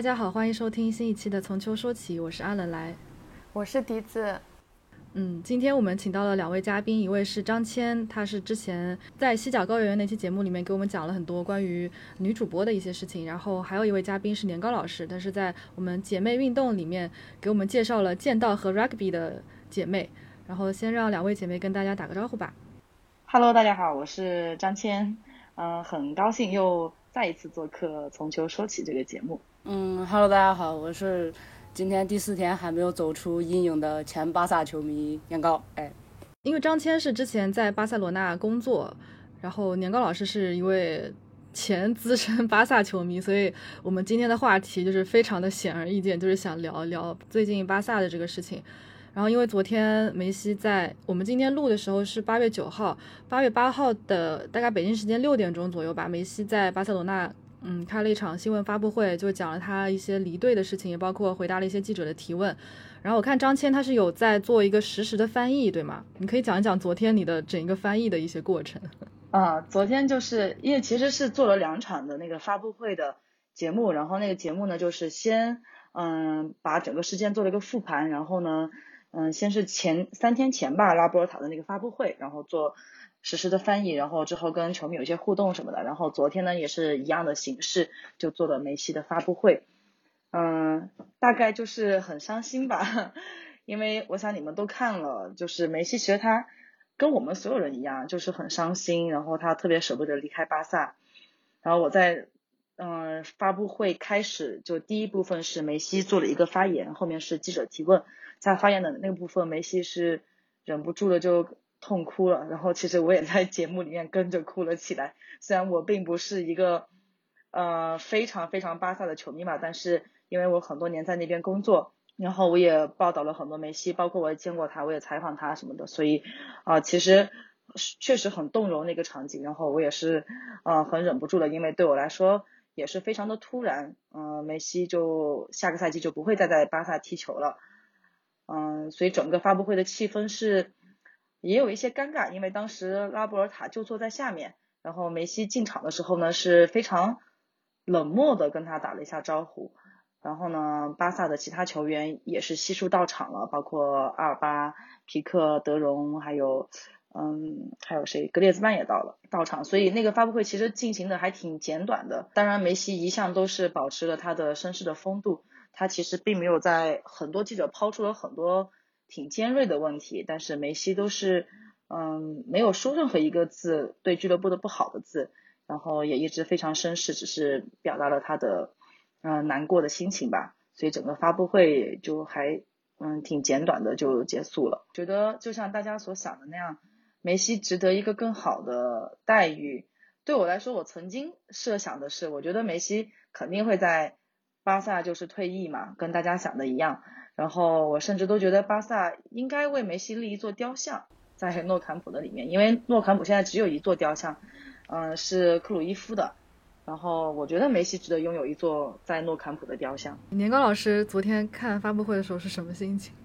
家好，欢迎收听新一期的从秋说起，我是阿冷来， 我是笛子。 今天我们请到了两位嘉宾，一位是张谦，他是之前在西角高原那期节目里面给我们讲了很多关于女主播的一些事情，然后还有一位嘉宾是年糕老师，他是在我们姐妹运动里面给我们介绍了剑道和 rugby 的姐妹，然后先让两位姐妹跟大家打个招呼吧。 Hello， 大家好，我是张谦，很高兴又再一次做客从秋说起这个节目。 Hello， 大家好，我是今天第4天还没有走出阴影的前巴萨球迷年糕。 因为张谦是之前在巴塞罗那工作，然后年糕老师是一位前资深巴萨球迷，所以我们今天的话题就是非常的显而易见，就是想聊一聊最近巴萨的这个事情。然后因为昨天梅西在我们今天录的时候是8月9号，8月8号的大概北京时间6点钟左右吧，梅西在巴塞罗那开了一场新闻发布会，就讲了他一些离队的事情，也包括回答了一些记者的提问。然后我看张谦他是有在做一个实时的翻译，对吗？你可以讲一讲昨天你的整一个翻译的一些过程。 昨天就是因为其实是做了2场的那个发布会的节目，然后那个节目呢就是先把整个事件做了一个复盘，然后呢先是3天前吧拉波尔塔的那个发布会，然后做实时的翻译，然后之后跟球迷有一些互动什么的，然后昨天呢也是一样的形式，就做了梅西的发布会。大概就是很伤心吧，因为我想你们都看了，就是梅西其实他跟我们所有人一样，就是很伤心，然后他特别舍不得离开巴萨。然后我在发布会开始就第一部分是梅西做了一个发言，后面是记者提问，在发言的那个部分梅西是忍不住了就痛哭了，然后其实我也在节目里面跟着哭了起来，虽然我并不是一个非常非常巴萨的球迷嘛，但是因为我很多年在那边工作，然后我也报道了很多梅西，包括我也见过他，我也采访他什么的，所以其实确实很动容那个场景，然后我也是很忍不住了，因为对我来说也是非常的突然，梅西就下个赛季就不会再在巴萨踢球了，所以整个发布会的气氛是也有一些尴尬，因为当时拉波尔塔就坐在下面，然后梅西进场的时候呢是非常冷漠的跟他打了一下招呼，然后呢巴萨的其他球员也是悉数到场了，包括阿尔巴、皮克、德容，还有谁，格列兹曼也到场，所以那个发布会其实进行的还挺简短的。当然梅西一向都是保持了他的绅士的风度，他其实并没有在很多记者抛出了很多挺尖锐的问题，但是梅西都是没有说任何一个字对俱乐部的不好的字，然后也一直非常绅士，只是表达了他的难过的心情吧，所以整个发布会就还挺简短的就结束了。觉得就像大家所想的那样，梅西值得一个更好的待遇。对我来说，我曾经设想的是，我觉得梅西肯定会在巴萨就是退役嘛，跟大家想的一样，然后我甚至都觉得巴萨应该为梅西立一座雕像在诺坎普的里面，因为诺坎普现在只有一座雕像，是克鲁伊夫的，然后我觉得梅西值得拥有一座在诺坎普的雕像。 年糕老师昨天看发布会的时候是什么心情？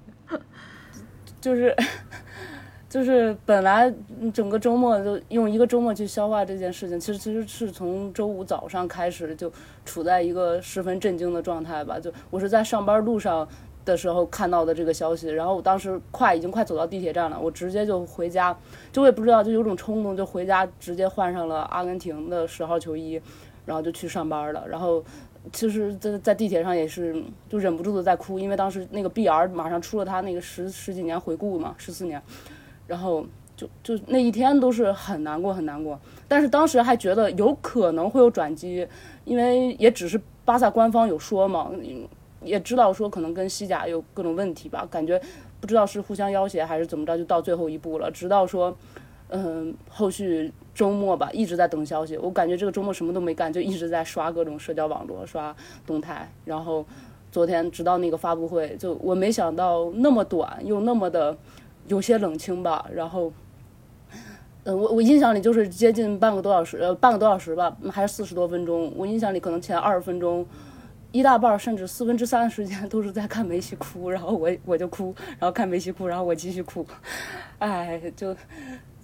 就是本来整个周末就用一个周末去消化这件事情，其实是从周5早上开始就处在一个十分震惊的状态吧。就我是在上班路上的时候看到的这个消息，然后我当时已经快走到地铁站了，我直接就回家，就我也不知道，就有种冲动，就回家直接换上了阿根廷的10号球衣，然后就去上班了。然后其实在地铁上也是就忍不住的在哭，因为当时那个 BR 马上出了他那个十几年回顾嘛，14年，然后就那一天都是很难过很难过，但是当时还觉得有可能会有转机，因为也只是巴萨官方有说嘛，也知道说可能跟西甲有各种问题吧，感觉不知道是互相要挟还是怎么着，就到最后一步了，直到说后续周末吧一直在等消息，我感觉这个周末什么都没干，就一直在刷各种社交网络刷动态，然后昨天直到那个发布会，就我没想到那么短又那么的有些冷清吧，然后我印象里就是接近半个多小时吧，还是40多分钟，我印象里可能前20分钟一大半甚至3/4的时间都是在看梅西哭，然后我就哭，然后看梅西哭，然后我继续哭，就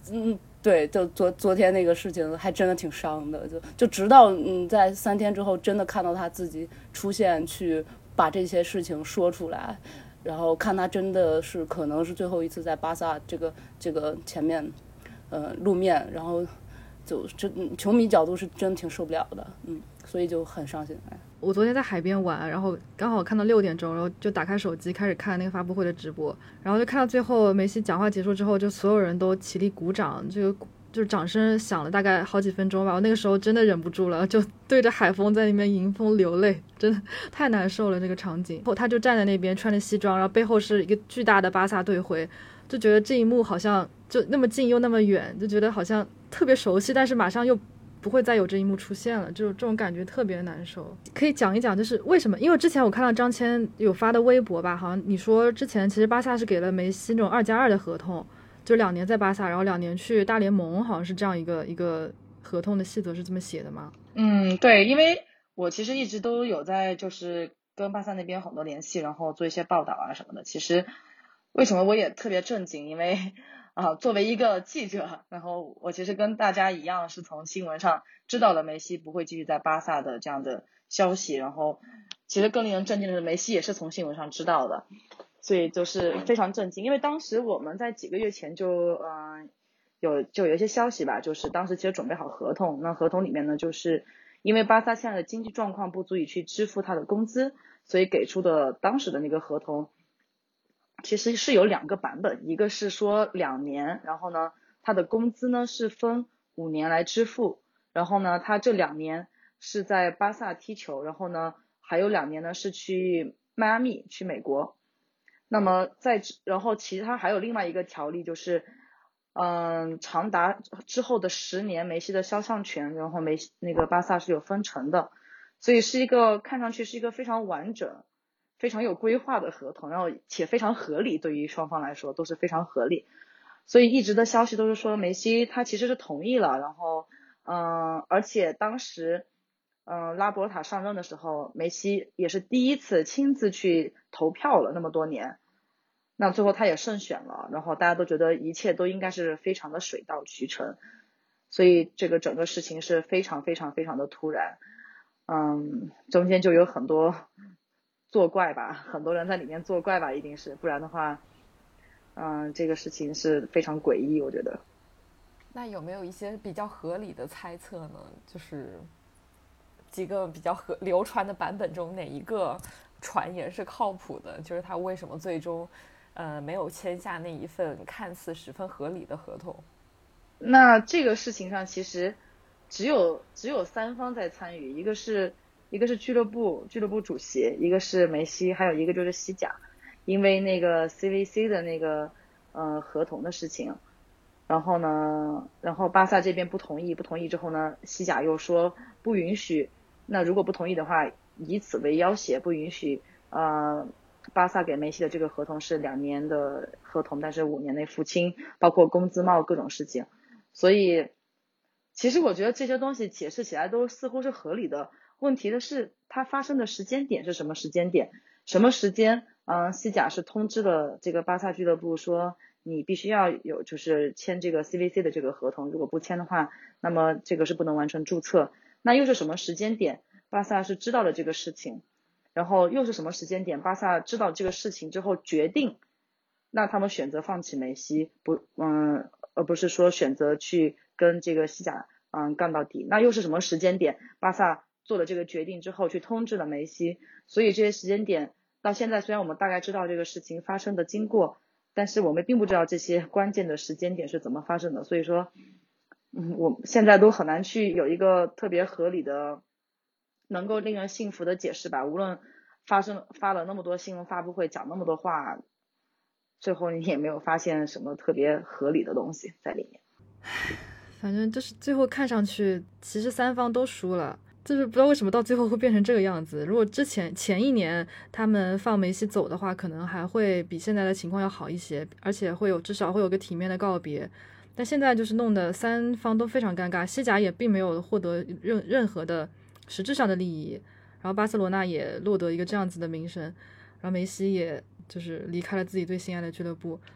对，就昨天那个事情还真的挺伤的，就直到在3天之后真的看到他自己出现去把这些事情说出来，然后看他真的是可能是最后一次在巴萨这个前面露面，然后就球迷角度是真挺受不了的，所以就很伤心。 我昨天在海边玩，然后刚好看到6点钟，然后就打开手机开始看那个发布会的直播，然后就看到最后梅西讲话结束之后，就所有人都起立鼓掌，就是掌声响了大概好几分钟吧。我那个时候真的忍不住了，就对着海风在那边迎风流泪，真的太难受了这个场景。后他就站在那边穿着西装，然后背后是一个巨大的巴萨队徽，就觉得这一幕好像就那么近又那么远，就觉得好像特别熟悉，但是马上又不会再有这一幕出现了，这种感觉特别难受。可以讲一讲就是为什么？因为之前我看到张谦有发的微博吧，好像你说之前其实巴萨是给了梅西那种2+2的合同，就2年在巴萨，然后2年去大联盟，好像是这样一个合同的细则是这么写的吗？ 对，因为我其实一直都有在就是跟巴萨那边很多联系，然后做一些报道啊什么的。其实为什么我也特别震惊？因为作为一个记者，然后我其实跟大家一样是从新闻上知道了梅西不会继续在巴萨的这样的消息，然后其实更令人震惊的是梅西也是从新闻上知道的，所以就是非常震惊。因为当时我们在几个月前就有一些消息吧，就是当时其实准备好合同，那合同里面呢就是因为巴萨现在的经济状况不足以去支付他的工资，所以给出的当时的那个合同其实是有2个版本，一个是说2年，然后呢他的工资呢是分5年来支付，然后呢他这2年是在巴萨踢球，然后呢还有2年呢是去迈阿密去美国。那么然后其他还有另外一个条例就是长达之后的10年梅西的肖像权，然后那个巴萨是有分成的，所以是一个看上去是一个非常完整非常有规划的合同，然后且非常合理，对于双方来说都是非常合理。所以一直的消息都是说梅西他其实是同意了，然后而且当时拉波尔塔上任的时候，梅西也是第一次亲自去投票了那么多年，那最后他也胜选了，然后大家都觉得一切都应该是非常的水到渠成，所以这个整个事情是非常非常非常的突然，中间就有很多作怪吧，很多人在里面作怪吧，一定是，不然的话这个事情是非常诡异，我觉得。 那有没有一些比较合理的猜测呢？就是几个比较流传的版本中，哪一个传言是靠谱的？就是他为什么最终没有签下那一份看似十分合理的合同？ 那这个事情上其实只有3方在参与，一个是俱乐部主席，一个是梅西，还有一个就是西甲，因为那个 CVC 的那个合同的事情，然后巴萨这边不同意之后呢，西甲又说不允许，那如果不同意的话，以此为要挟，不允许巴萨给梅西的这个合同是2年的合同，但是5年内付清，包括工资帽各种事情。所以其实我觉得这些东西解释起来都似乎是合理的，问题的是它发生的时间点是什么时间点，什么时间西甲是通知了这个巴萨俱乐部说你必须要有就是签这个 CVC 的这个合同，如果不签的话，那么这个是不能完成注册。那又是什么时间点巴萨是知道了这个事情，然后又是什么时间点巴萨知道这个事情之后决定，那他们选择放弃梅西，而不是说选择去跟这个西甲干到底。那又是什么时间点巴萨做了这个决定之后去通知了梅西？所以这些时间点到现在虽然我们大概知道这个事情发生的经过，但是我们并不知道这些关键的时间点是怎么发生的，所以说我现在都很难去有一个特别合理的能够令人信服的解释吧。无论发了那么多新闻发布会，讲那么多话，最后你也没有发现什么特别合理的东西在里面。 反正就是最后看上去其实3方都输了，就是不知道为什么到最后会变成这个样子。如果前一年他们放梅西走的话，可能还会比现在的情况要好一些，而且至少会有个体面的告别。但现在就是弄得3方都非常尴尬，西甲也并没有获得任何的实质上的利益，然后巴塞罗那也落得一个这样子的名声，然后梅西也就是离开了自己最心爱的俱乐部。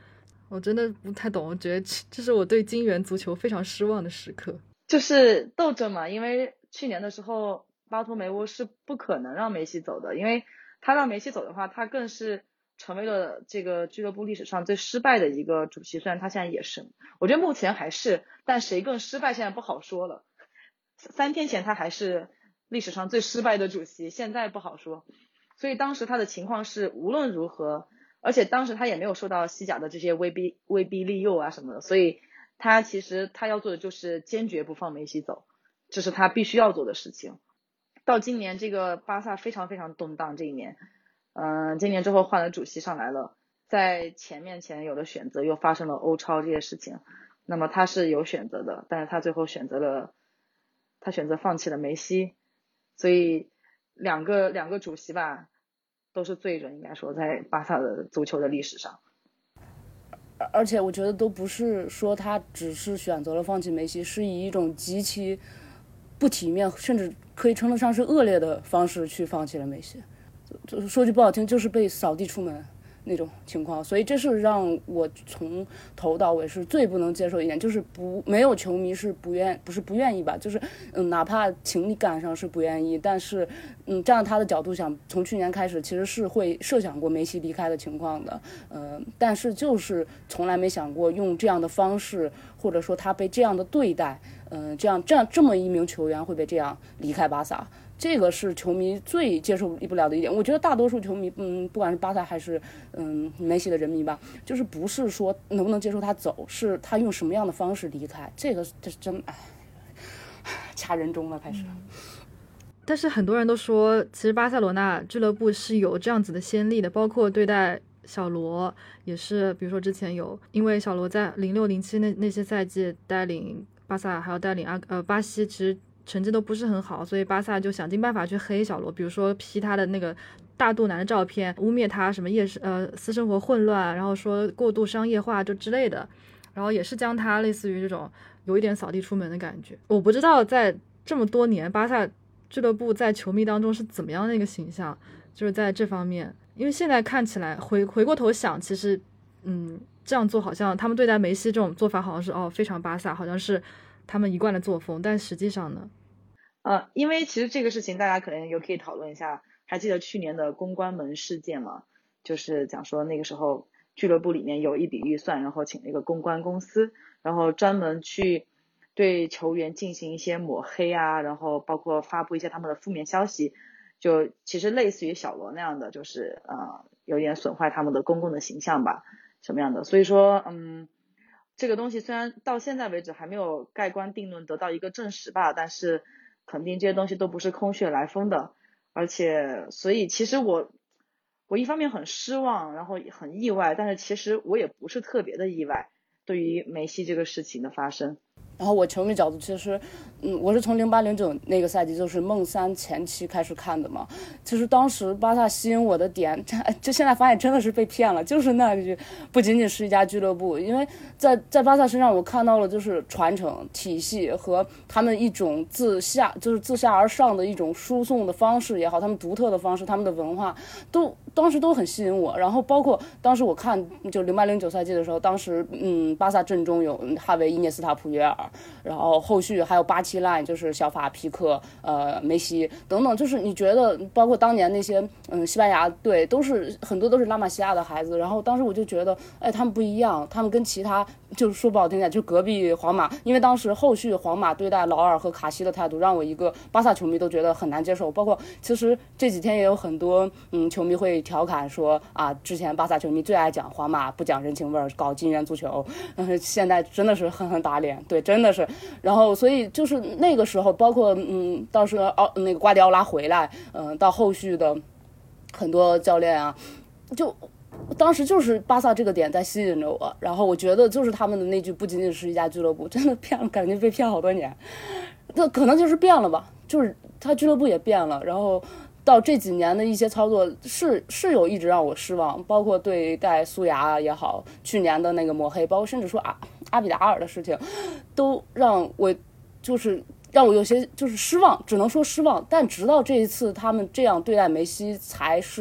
我真的不太懂，我觉得这是我对金元足球非常失望的时刻。 就是斗争嘛，因为去年的时候巴托梅乌是不可能让梅西走的，因为他让梅西走的话，他更是成为了这个俱乐部历史上最失败的一个主席，虽然他现在也是，我觉得目前还是，但谁更失败现在不好说了。3天前他还是历史上最失败的主席，现在不好说。所以当时他的情况是无论如何，而且当时他也没有受到西甲的这些威逼利诱啊什么的，所以他其实他要做的就是坚决不放梅西走，这是他必须要做的事情。到今年这个巴萨非常非常动荡，这一年今年之后换了主席上来了，在前有的选择，又发生了欧超这些事情，那么他是有选择的，但是他最后选择放弃了梅西，所以两个主席吧都是罪人，应该说在巴萨的足球的历史上。 而且我觉得都不是说他只是选择了放弃梅西，是以一种极其不体面，甚至可以称得上是恶劣的方式去放弃了梅西。就说句不好听，就是被扫地出门那种情况。所以这是让我从头到尾是最不能接受一点，就是没有球迷是不愿意吧，就是哪怕情感上是不愿意，但是站在他的角度想，从去年开始其实是会设想过梅西离开的情况的，但是就是从来没想过用这样的方式，或者说他被这样的对待，这么一名球员会被这样离开巴萨。这个是球迷最接受不了的一点。我觉得大多数球迷，不管是巴萨还是梅西的人迷吧，就是不是说能不能接受他走，是他用什么样的方式离开。这真掐人中了开始。 但是很多人都说，其实巴塞罗那俱乐部是有这样子的先例的，包括对待小罗也是，比如说之前有，因为小罗在06-07那些赛季带领巴萨还有带领巴西，其实成绩都不是很好，所以巴萨就想尽办法去黑小罗，比如说 P 他的那个大肚腩的照片，污蔑他什么私生活混乱，然后说过度商业化就之类的，然后也是将他类似于这种有一点扫地出门的感觉。我不知道在这么多年巴萨俱乐部在球迷当中是怎么样的一个形象，就是在这方面，因为现在看起来回过头想，其实这样做好像他们对待梅西这种做法好像是非常巴萨，好像是他们一贯的作风，但实际上呢因为其实这个事情大家可能也可以讨论一下，还记得去年的公关门事件吗？就是讲说那个时候俱乐部里面有一笔预算，然后请了一个公关公司，然后专门去对球员进行一些抹黑啊，然后包括发布一些他们的负面消息，就其实类似于小罗那样的，就是有点损坏他们的公共的形象吧，什么样的。所以说这个东西虽然到现在为止还没有盖棺定论得到一个证实吧，但是肯定这些东西都不是空穴来风的。而且所以其实我一方面很失望，然后很意外，但是其实我也不是特别的意外对于梅西这个事情的发生。 然后我球迷角度其实我是从08-09那个赛季，就是梦三前期开始看的嘛。其实当时巴萨吸引我的点，就现在发现真的是被骗了，就是那句不仅仅是一家俱乐部，因为在巴萨身上我看到了就是传承体系和他们一种自下而上的一种输送的方式也好，他们独特的方式，他们的文化当时都很吸引我。然后包括当时我看就08-09赛季的时候，当时巴萨阵中有哈维、伊涅斯塔、普约尔，然后后续还有87 line， 就是小法、皮克、梅西等等，就是你觉得包括当年那些西班牙队很多都是拉玛西亚的孩子，然后当时我就觉得他们不一样，他们跟其他就是说不好听点就隔壁皇马，因为当时后续皇马对待劳尔和卡西的态度让我一个巴萨球迷都觉得很难接受。包括其实这几天也有很多球迷会调侃说之前巴萨球迷最爱讲皇马不讲人情味儿，搞金元足球，现在真的是狠狠打脸，对，真的是。然后所以就是那个时候，包括当时那个瓜迪奥拉回来，到后续的很多教练啊，就当时就是巴萨这个点在吸引着我。然后我觉得就是他们的那句不仅仅是一家俱乐部，真的感觉被骗好多年，那可能就是变了吧，就是他俱乐部也变了。然后到这几年的一些操作是有一直让我失望，包括对待苏牙也好，去年的那个抹黑，包括甚至说阿比达尔的事情，都让我有些就是失望，只能说失望。但直到这一次他们这样对待梅西，才是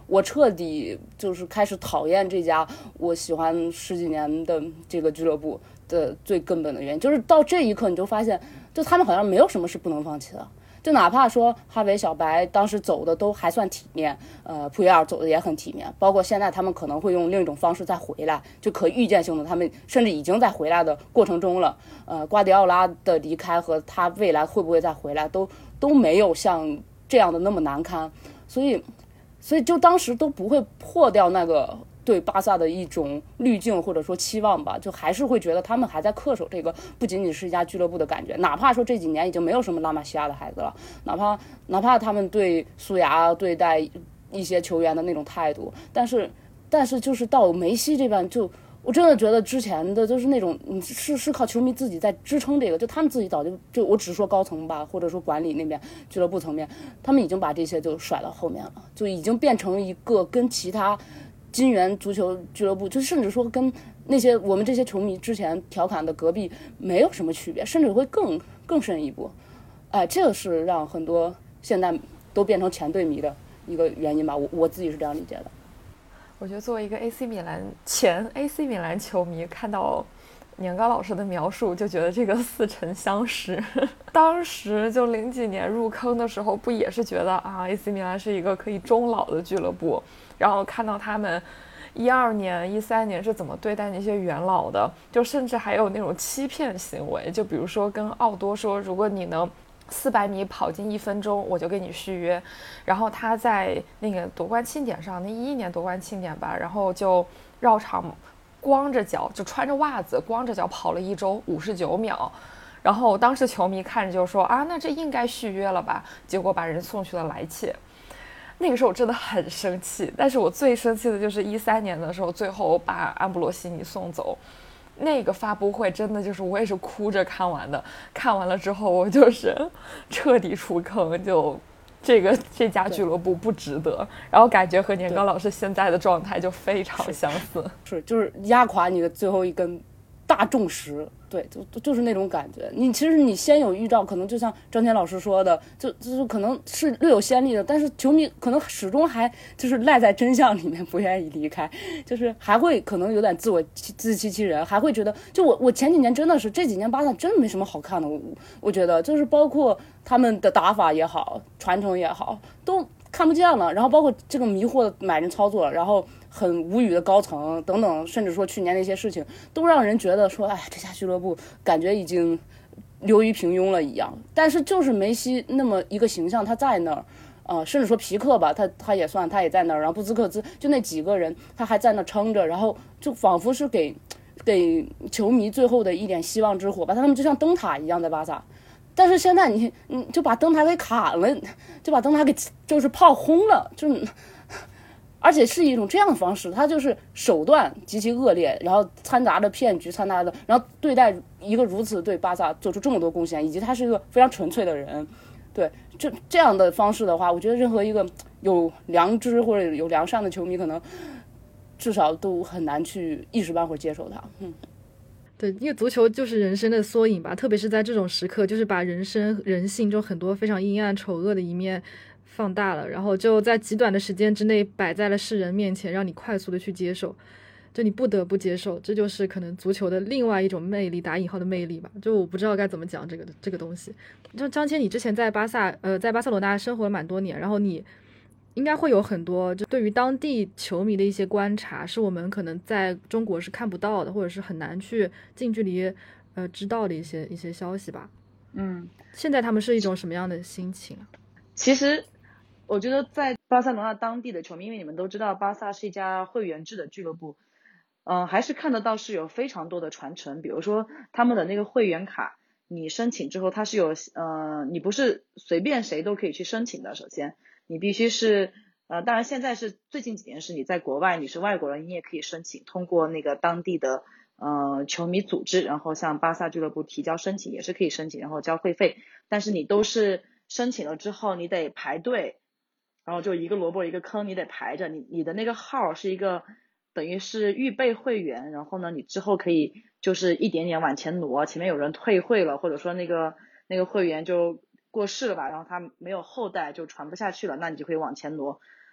我彻底就是开始讨厌这家我喜欢10几年的这个俱乐部的最根本的原因，就是到这一刻你就发现，就他们好像没有什么是不能放弃的。就哪怕说哈维、小白当时走的都还算体面，普约尔走的也很体面，包括现在他们可能会用另一种方式再回来，就可预见性的，他们甚至已经在回来的过程中了。瓜迪奥拉的离开和他未来会不会再回来，都没有像这样的那么难堪，所以就当时都不会破掉那个对巴萨的一种滤镜或者说期望吧，就还是会觉得他们还在恪守这个不仅仅是一家俱乐部的感觉，哪怕说这几年已经没有什么拉玛西亚的孩子了，哪怕他们对苏牙对待一些球员的那种态度，但是就是到梅西这边，就我真的觉得之前的就是那种是靠球迷自己在支撑这个，就他们自己早就我只是说高层吧，或者说管理那边俱乐部层面，他们已经把这些就甩到后面了，就已经变成一个跟其他金元足球俱乐部，就甚至说跟那些我们这些球迷之前调侃的隔壁没有什么区别，甚至会更深一步。这个是让很多现在都变成前队迷的一个原因吧，我自己是这样理解的。 我觉得作为一个前 AC 米兰球迷，看到年糕老师的描述，就觉得这个似曾相识。当时就00几年入坑的时候，不也是觉得啊 AC 米兰是一个可以终老的俱乐部，然后看到他们12年、13年是怎么对待那些元老的，就甚至还有那种欺骗行为，就比如说跟奥多说，如果你能400米跑进1分钟，我就给你续约。然后他在那个夺冠庆典上，那11年夺冠庆典吧，然后就绕场光着脚，就穿着袜子光着脚跑了1周59秒。然后当时球迷看着就说啊，那这应该续约了吧，结果把人送去了莱切。那个时候我真的很生气，但是我最生气的就是13年的时候，最后把安布罗西尼送走。那个发布会真的就是我也是哭着看完的，看完了之后我就是彻底出坑，就这家俱乐部不值得，然后感觉和年糕老师现在的状态就非常相似， 就是压垮你的最后一根大重石。对，就是那种感觉。其实你先有预兆，可能就像张天老师说的，就可能是略有先例的，但是球迷可能始终还就是赖在真相里面，不愿意离开，就是还会可能有点自欺欺人，还会觉得就我前几年真的是这几年巴萨真的没什么好看的，我觉得就是包括他们的打法也好，传承也好，都看不见了，然后包括这个迷惑的买人操作，然后很无语的高层等等，甚至说去年那些事情，都让人觉得说，哎，这家俱乐部感觉已经流于平庸了一样。但是就是梅西那么一个形象，他在那儿，甚至说皮克吧，他也在那儿，然后布斯克兹就那几个人，他还在那撑着，然后就仿佛是给球迷最后的一点希望之火吧，他们就像灯塔一样在巴萨。但是现在你就把灯塔给砍了，就把灯塔给就是炮轰了，而且是一种这样的方式，它就是手段极其恶劣，然后掺杂着骗局，然后对待一个如此对巴萨做出这么多贡献，以及他是一个非常纯粹的人，对这样的方式的话，我觉得任何一个有良知或者有良善的球迷，可能至少都很难去一时半会儿接受它。 对，因为足球就是人生的缩影吧，特别是在这种时刻，就是把人性中很多非常阴暗丑恶的一面放大了，然后就在极短的时间之内摆在了世人面前，让你快速的去接受，就你不得不接受，这就是可能足球的另外一种魅力，打引号的魅力吧。就我不知道该怎么讲这个东西。就张谦，你之前在巴塞罗那生活了蛮多年，然后你应该会有很多就对于当地球迷的一些观察，是我们可能在中国是看不到的，或者是很难去近距离知道的一些消息吧。现在他们是一种什么样的心情？ 其实我觉得在巴塞罗那当地的球迷，因为你们都知道巴萨是一家会员制的俱乐部，还是看得到是有非常多的传承。比如说他们的那个会员卡，你申请之后它是有你不是随便谁都可以去申请的。首先你必须是当然现在是最近几年是你在国外你是外国人，你也可以申请，通过那个当地的球迷组织，然后向巴萨俱乐部提交申请也是可以申请，然后交会费，但是你都是申请了之后你得排队，然后就一个萝卜一个坑，你得排着，你的那个号是一个等于是预备会员，然后呢你之后可以就是一点点往前挪，前面有人退会了，或者说那个会员就过世了吧，然后他没有后代就传不下去了，那你就可以往前挪。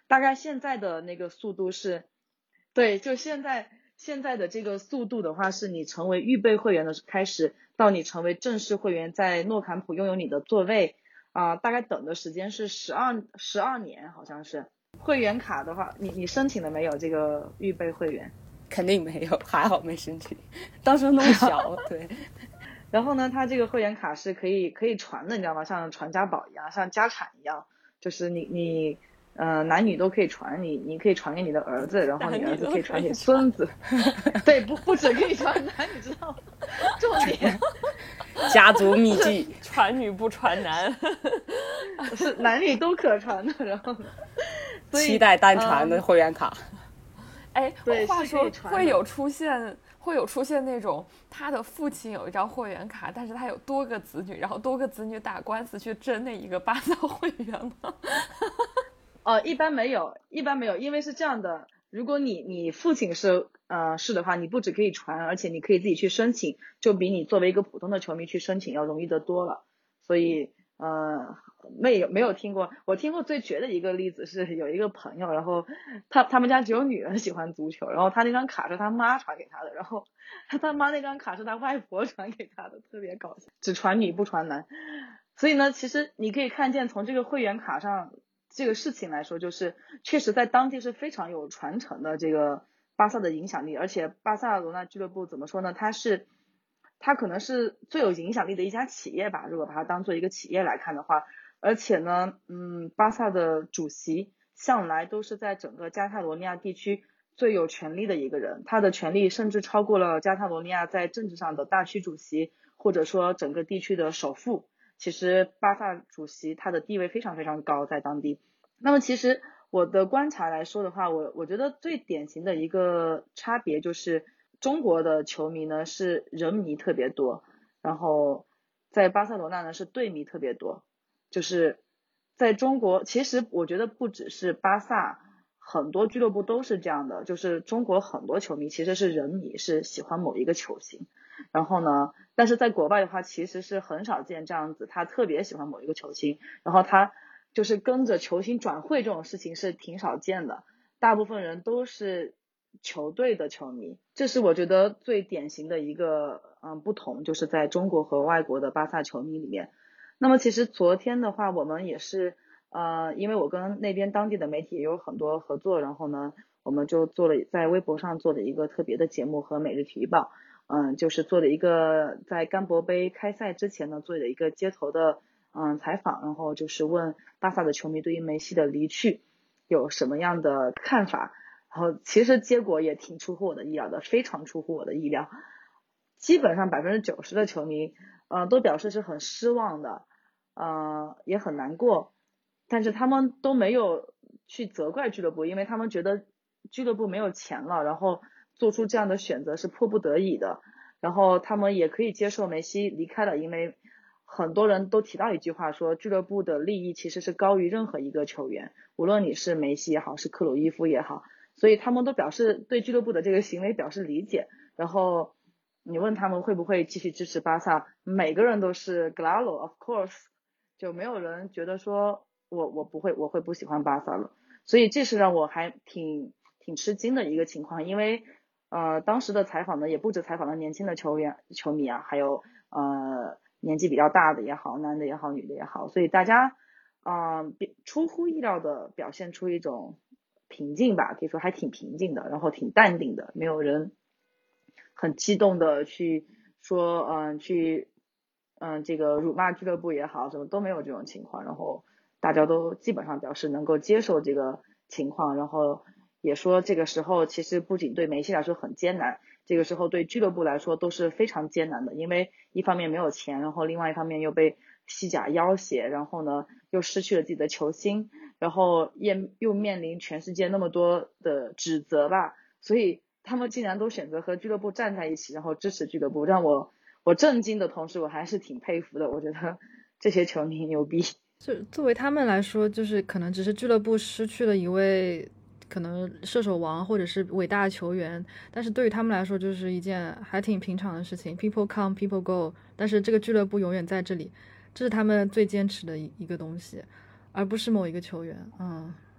大概现在的那个速度是，对，就现在的这个速度的话，是你成为预备会员的开始，到你成为正式会员，在诺坎普拥有你的座位大概等的时间是十二年，好像是。会员卡的话，你申请了没有这个预备会员？ 肯定没有，还好没申请，当时那么小，对。 然后呢，它这个会员卡是可以传的，你知道吗？像传家宝一样，像家产一样，就是你男女都可以传，你可以传给你的儿子，然后你儿子可以传给孙子。对，不只可以传男女，知道吗？重点， 家族秘籍， 传女不传男， 是男女都可传的。然后， 期待单传的会员卡。 对， 话说会有出现那种他的父亲有一张会员卡，但是他有多个子女，然后多个子女打官司去争那一个巴萨会员吗？ 一般没有，因为是这样的，如果你父亲是的话，你不只可以传，而且你可以自己去申请，就比你作为一个普通的球迷去申请要容易得多了。所以没有听过，我听过最绝的一个例子是有一个朋友，然后他们家只有女人喜欢足球，然后他那张卡是他妈传给他的，然后他妈那张卡是他外婆传给他的，特别搞笑，只传女不传男。所以呢，其实你可以看见从这个会员卡上这个事情来说，就是确实在当地是非常有传承的这个巴萨的影响力，而且巴塞罗那俱乐部怎么说呢，它可能是最有影响力的一家企业吧，如果把它当做一个企业来看的话。而且呢巴萨的主席向来都是在整个加泰罗尼亚地区最有权力的一个人，他的权力甚至超过了加泰罗尼亚在政治上的大区主席，或者说整个地区的首富。其实巴萨主席他的地位非常非常高在当地。那么其实我的观察来说的话，我觉得最典型的一个差别就是中国的球迷呢是人迷特别多，然后在巴塞罗那呢是队迷特别多。就是在中国，其实我觉得不只是巴萨，很多俱乐部都是这样的，就是中国很多球迷其实是人迷，是喜欢某一个球星，然后呢但是在国外的话其实是很少见这样子，他特别喜欢某一个球星，然后他就是跟着球星转会，这种事情是挺少见的，大部分人都是球队的球迷。这是我觉得最典型的一个不同，就是在中国和外国的巴萨球迷里面。那么其实昨天的话，我们也是因为我跟那边当地的媒体也有很多合作，然后呢我们就在微博上做了一个特别的节目，和每日体育报就是做了一个在甘博杯开赛之前呢做了一个街头的采访，然后就是问巴萨的球迷对于梅西的离去有什么样的看法，然后其实结果也挺出乎我的意料的，非常出乎我的意料，基本上90%的球迷都表示是很失望的，也很难过，但是他们都没有去责怪俱乐部，因为他们觉得俱乐部没有钱了，然后做出这样的选择是迫不得已的，然后他们也可以接受梅西离开了，因为很多人都提到一句话说，俱乐部的利益其实是高于任何一个球员，无论你是梅西也好，是克鲁伊夫也好，所以他们都表示对俱乐部的这个行为表示理解。然后你问他们会不会继续支持巴萨，每个人都是 Claro of course， 就没有人觉得说我不会，我会不喜欢巴萨了。所以这是让我还挺吃惊的一个情况，因为当时的采访呢也不止采访了年轻的球迷啊，还有年纪比较大的也好，男的也好，女的也好，所以大家出乎意料的表现出一种平静吧，可以说还挺平静的，然后挺淡定的，没有人很激动的去说这个辱骂俱乐部也好，什么都没有这种情况，然后大家都基本上表示能够接受这个情况，然后也说这个时候其实不仅对梅西来说很艰难，这个时候对俱乐部来说都是非常艰难的，因为一方面没有钱，然后另外一方面又被西甲要挟，然后呢又失去了自己的球星，然后又面临全世界那么多的指责吧，所以他们竟然都选择和俱乐部站在一起，然后支持俱乐部，让我震惊的同时我还是挺佩服的，我觉得这些球迷牛逼。 就作为他们来说，就是可能只是俱乐部失去了一位可能射手王或者是伟大的球员，但是对于他们来说就是一件还挺平常的事情， people come people go， 但是这个俱乐部永远在这里，这是他们最坚持的一个东西，而不是某一个球员。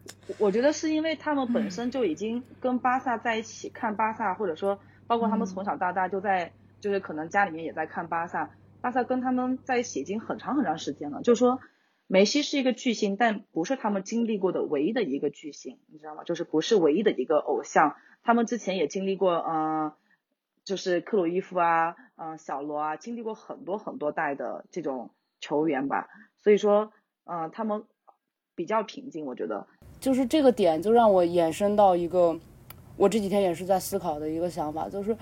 我觉得是因为他们本身就已经跟巴萨在一起看巴萨，或者说包括他们从小到大就在，就是可能家里面也在看巴萨，巴萨跟他们在一起已经很长很长时间了。就是说梅西是一个巨星，但不是他们经历过的唯一的一个巨星，你知道吗？就是不是唯一的一个偶像。他们之前也经历过就是克鲁伊夫啊，小罗啊，经历过很多很多代的这种球员吧。所以说他们比较平静，我觉得。 就是这个点就让我延伸到一个我这几天也是在思考的一个想法，就是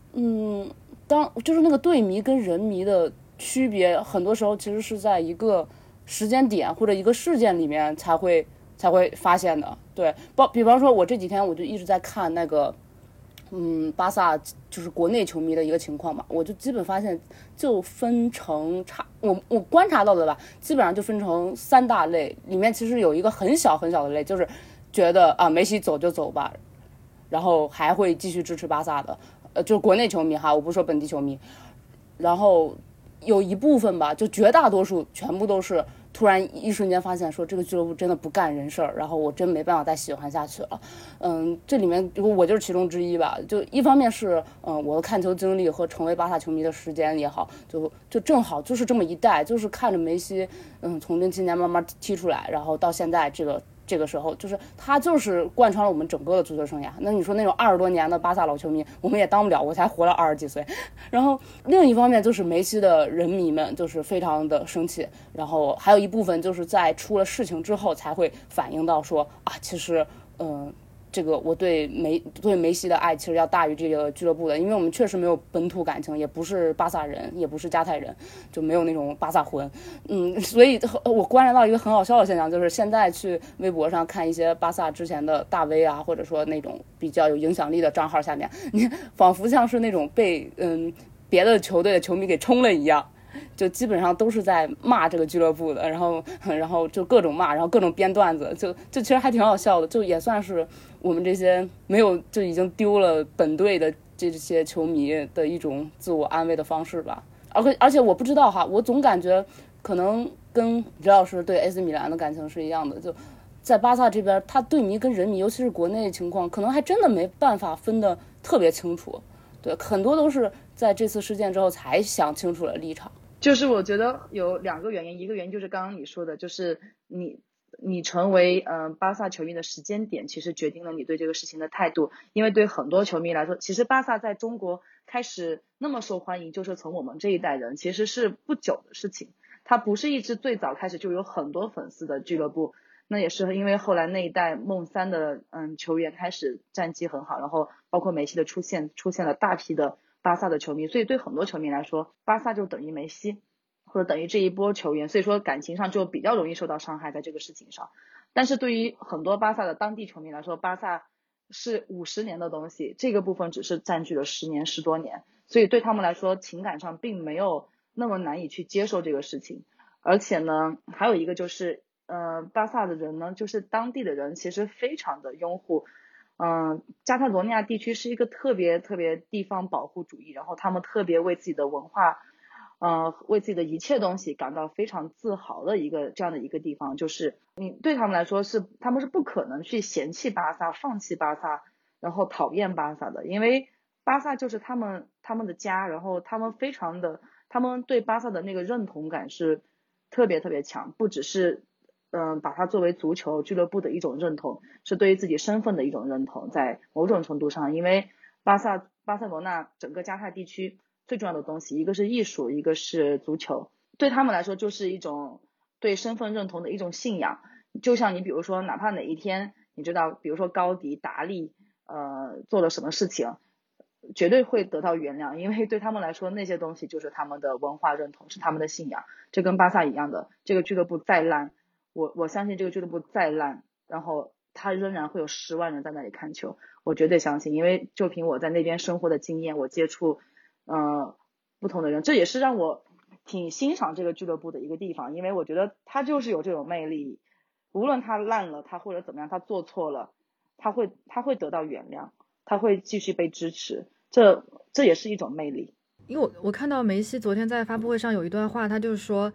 就是那个队迷跟人迷的区别，很多时候其实是在一个时间点或者一个事件里面才会发现的。对，比方说我这几天我就一直在看那个巴萨就是国内球迷的一个情况嘛，我就基本发现就分成我观察到的吧，基本上就分成3大类，里面其实有一个很小很小的类，就是觉得梅西走就走吧，然后还会继续支持巴萨的，就是国内球迷哈，我不是说本地球迷。然后有一部分吧，就绝大多数全部都是突然一瞬间发现说这个俱乐部真的不干人事儿，然后我真没办法再喜欢下去了。这里面我就是其中之一吧。就一方面是我的看球经历和成为巴萨球迷的时间也好，就正好就是这么一代，就是看着梅西从07年慢慢踢出来，然后到现在这个时候，就是他就是贯穿了我们整个的足球生涯。那你说那种20多年的巴萨老球迷，我们也当不了，我才活了20几岁。然后另一方面就是梅西的人迷们就是非常的生气，然后还有一部分就是在出了事情之后才会反映到说其实这个我对梅西的爱其实要大于这个俱乐部的，因为我们确实没有本土感情，也不是巴萨人，也不是加泰人，就没有那种巴萨魂。所以我观察到一个很好笑的现象，就是现在去微博上看一些巴萨之前的大 V 啊，或者说那种比较有影响力的账号下面，你仿佛像是那种被别的球队的球迷给冲了一样。就基本上都是在骂这个俱乐部的，然后就各种骂，然后各种编段子，就其实还挺好笑的，就也算是我们这些没有就已经丢了本队的这些球迷的一种自我安慰的方式吧。而且我不知道哈，我总感觉可能跟李老师对 AC 米兰的感情是一样的，就在巴萨这边，他队迷跟人迷，尤其是国内情况，可能还真的没办法分得特别清楚。对，很多都是在这次事件之后才想清楚了立场。 就是我觉得有2个原因，一个原因就是刚刚你说的，就是你成为巴萨球迷的时间点，其实决定了你对这个事情的态度。因为对很多球迷来说，其实巴萨在中国开始那么受欢迎，就是从我们这一代人，其实是不久的事情。它不是一支最早开始就有很多粉丝的俱乐部，那也是因为后来那一代梦三的球员开始战绩很好，然后包括梅西的出现了大批的巴萨的球迷，所以对很多球迷来说，巴萨就等于梅西，或者等于这一波球员，所以说感情上就比较容易受到伤害在这个事情上。但是对于很多巴萨的当地球迷来说，巴萨是50年的东西，这个部分只是占据了10年10多年，所以对他们来说情感上并没有那么难以去接受这个事情。而且呢，还有一个就是巴萨的人呢，就是当地的人其实非常的拥护加泰罗尼亚地区是一个特别特别地方保护主义，然后他们特别为自己的文化为自己的一切东西感到非常自豪的这样的一个地方。就是你对他们来说他们是不可能去嫌弃巴萨，放弃巴萨，然后讨厌巴萨的，因为巴萨就是他们的家，然后他们对巴萨的那个认同感是特别特别强，不只是把它作为足球俱乐部的一种认同，是对于自己身份的一种认同。在某种程度上，因为巴塞罗那整个加泰地区最重要的东西，一个是艺术，一个是足球，对他们来说就是一种对身份认同的一种信仰。就像你比如说，哪怕哪一天你知道，比如说高迪达利做了什么事情，绝对会得到原谅，因为对他们来说那些东西就是他们的文化认同，是他们的信仰。这跟巴萨一样的，这个俱乐部再烂，我相信这个俱乐部再烂，然后他仍然会有10万人在那里看球，我绝对相信。因为就凭我在那边生活的经验，我接触不同的人，这也是让我挺欣赏这个俱乐部的一个地方，因为我觉得他就是有这种魅力，无论他烂了，他或者怎么样，他做错了，他会得到原谅，他会继续被支持，这也是一种魅力。 因为我看到梅西昨天在发布会上有一段话，他就是说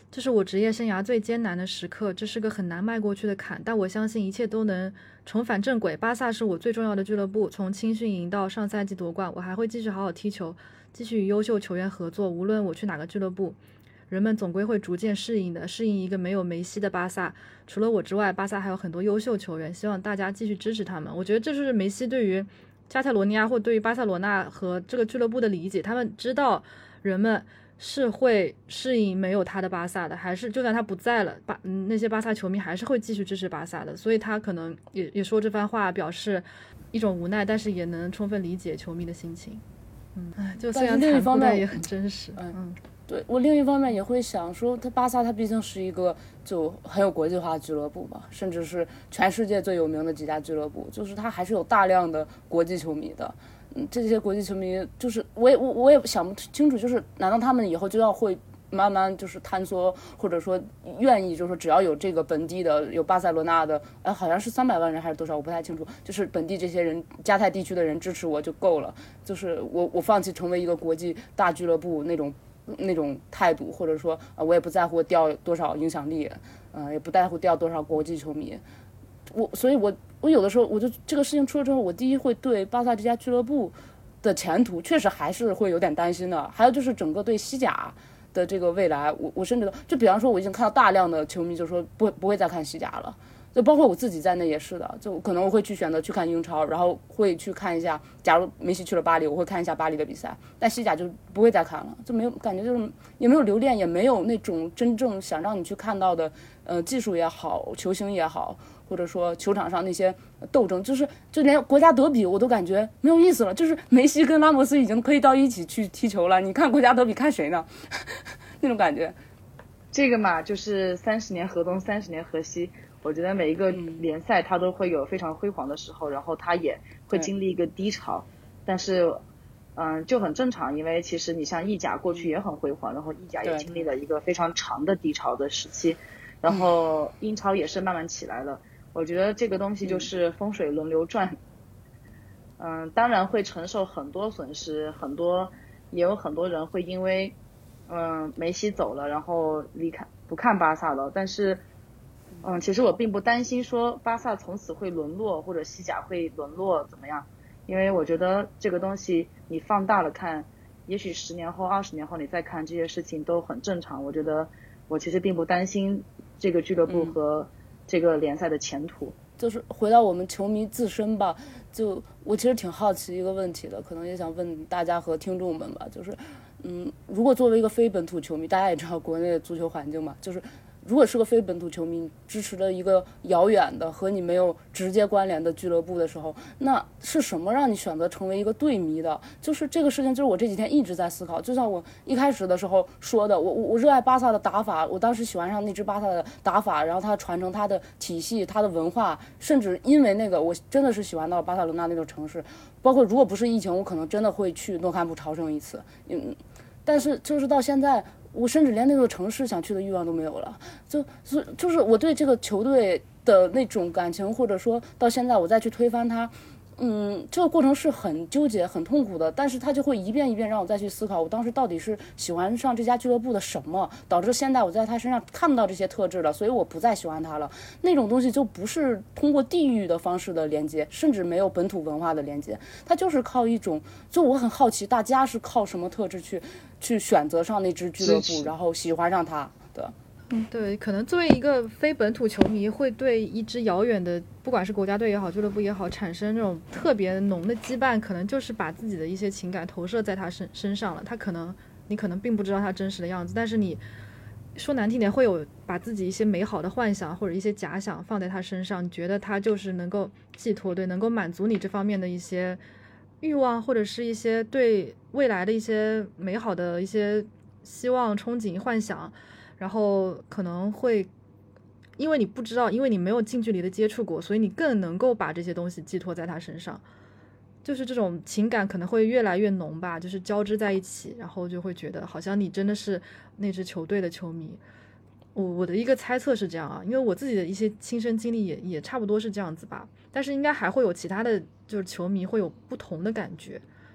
这是我职业生涯最艰难的时刻，这是个很难迈过去的坎，但我相信一切都能重返正轨。巴萨是我最重要的俱乐部，从青训营到上赛季夺冠，我还会继续好好踢球，继续与优秀球员合作。无论我去哪个俱乐部，人们总归会逐渐适应的，适应一个没有梅西的巴萨。除了我之外，巴萨还有很多优秀球员，希望大家继续支持他们。我觉得这就是梅西对于加泰罗尼亚或对于巴塞罗那和这个俱乐部的理解，他们知道人们是会适应没有他的巴萨的，还是就算他不在了，那些巴萨球迷还是会继续支持巴萨的，所以他可能也说这番话，表示一种无奈，但是也能充分理解球迷的心情。就虽然残酷，但也很真实。 对，我另一方面也会想说，巴萨它毕竟是一个就很有国际化俱乐部吧，甚至是全世界最有名的几家俱乐部，就是它还是有大量的国际球迷的。这些国际球迷就是我也想不清楚，就是难道他们以后就要会慢慢就是坍缩，或者说愿意就是说只要有这个本地的有巴塞罗那的好像是300万人还是多少我不太清楚，就是本地这些人加泰地区的人支持我就够了，就是我放弃成为一个国际大俱乐部那种态度，或者说我也不在乎掉多少影响力，也不在乎掉多少国际球迷。所以我有的时候我就这个事情出了之后，我第一会对巴萨这家俱乐部的前途确实还是会有点担心的。还有就是整个对西甲的这个未来，我甚至就比方说我已经看到大量的球迷就说不会再看西甲了。就包括我自己在内也是的，就可能我会去选择去看英超，然后会去看一下，假如梅西去了巴黎，我会看一下巴黎的比赛，但西甲就不会再看了，就没有感觉，就是也没有留恋，也没有那种真正想让你去看到的技术也好，球星也好，或者说球场上那些斗争，就连国家德比我都感觉没有意思了，就是梅西跟拉莫斯已经可以到一起去踢球了，你看国家德比看谁呢？那种感觉。 这个嘛，就是30年河东，30年河西。我觉得每一个联赛它都会有非常辉煌的时候，然后它也会经历一个低潮，但是就很正常，因为其实你像意甲过去也很辉煌，然后意甲也经历了一个非常长的低潮的时期，然后英超也是慢慢起来了。我觉得这个东西就是风水轮流转，当然会承受很多损失，也有很多人会因为梅西走了，然后不看巴萨了，但是其实我并不担心说巴萨从此会沦落，或者西甲会沦落怎么样，因为我觉得这个东西你放大了看，也许10年后20年后你再看这些事情都很正常。我觉得我其实并不担心这个俱乐部和这个联赛的前途。 就是回到我们球迷自身吧，就我其实挺好奇一个问题的，可能也想问大家和听众们吧，就是如果作为一个非本土球迷，大家也知道国内的足球环境嘛，就是如果是个非本土球迷支持了一个遥远的和你没有直接关联的俱乐部的时候，那是什么让你选择成为一个队迷的？就是这个事情，就是我这几天一直在思考。就像我一开始的时候说的，我热爱巴萨的打法，我当时喜欢上那支巴萨的打法，然后它传承它的体系、它的文化，甚至因为那个我真的是喜欢到巴塞罗那那座城市。包括如果不是疫情，我可能真的会去诺坎普朝圣一次。但是就是到现在，我甚至连那座城市想去的欲望都没有了，就是我对这个球队的那种感情，或者说到现在我再去推翻它，这个过程是很纠结很痛苦的，但是它就会一遍一遍让我再去思考，我当时到底是喜欢上这家俱乐部的什么，导致现在我在他身上看不到这些特质了，所以我不再喜欢他了。那种东西就不是通过地域的方式的连接，甚至没有本土文化的连接，它就是靠一种，就我很好奇大家是靠什么特质去选择上那支俱乐部，然后喜欢上它的。 对，可能作为一个非本土球迷，会对一支遥远的，不管是国家队也好，俱乐部也好，产生这种特别浓的羁绊，可能就是把自己的一些情感投射在他身上了。你可能并不知道他真实的样子，但是你说难听点，会有把自己一些美好的幻想或者一些假想放在他身上，你觉得他就是能够寄托，对，能够满足你这方面的一些欲望，或者是一些对未来的一些美好的一些希望、憧憬、幻想。然后可能会因为你不知道，因为你没有近距离的接触过，所以你更能够把这些东西寄托在他身上，就是这种情感可能会越来越浓吧，就是交织在一起，然后就会觉得好像你真的是那支球队的球迷。我的一个猜测是这样啊，因为我自己的一些亲身经历也差不多是这样子吧，但是应该还会有其他的就是球迷会有不同的感觉。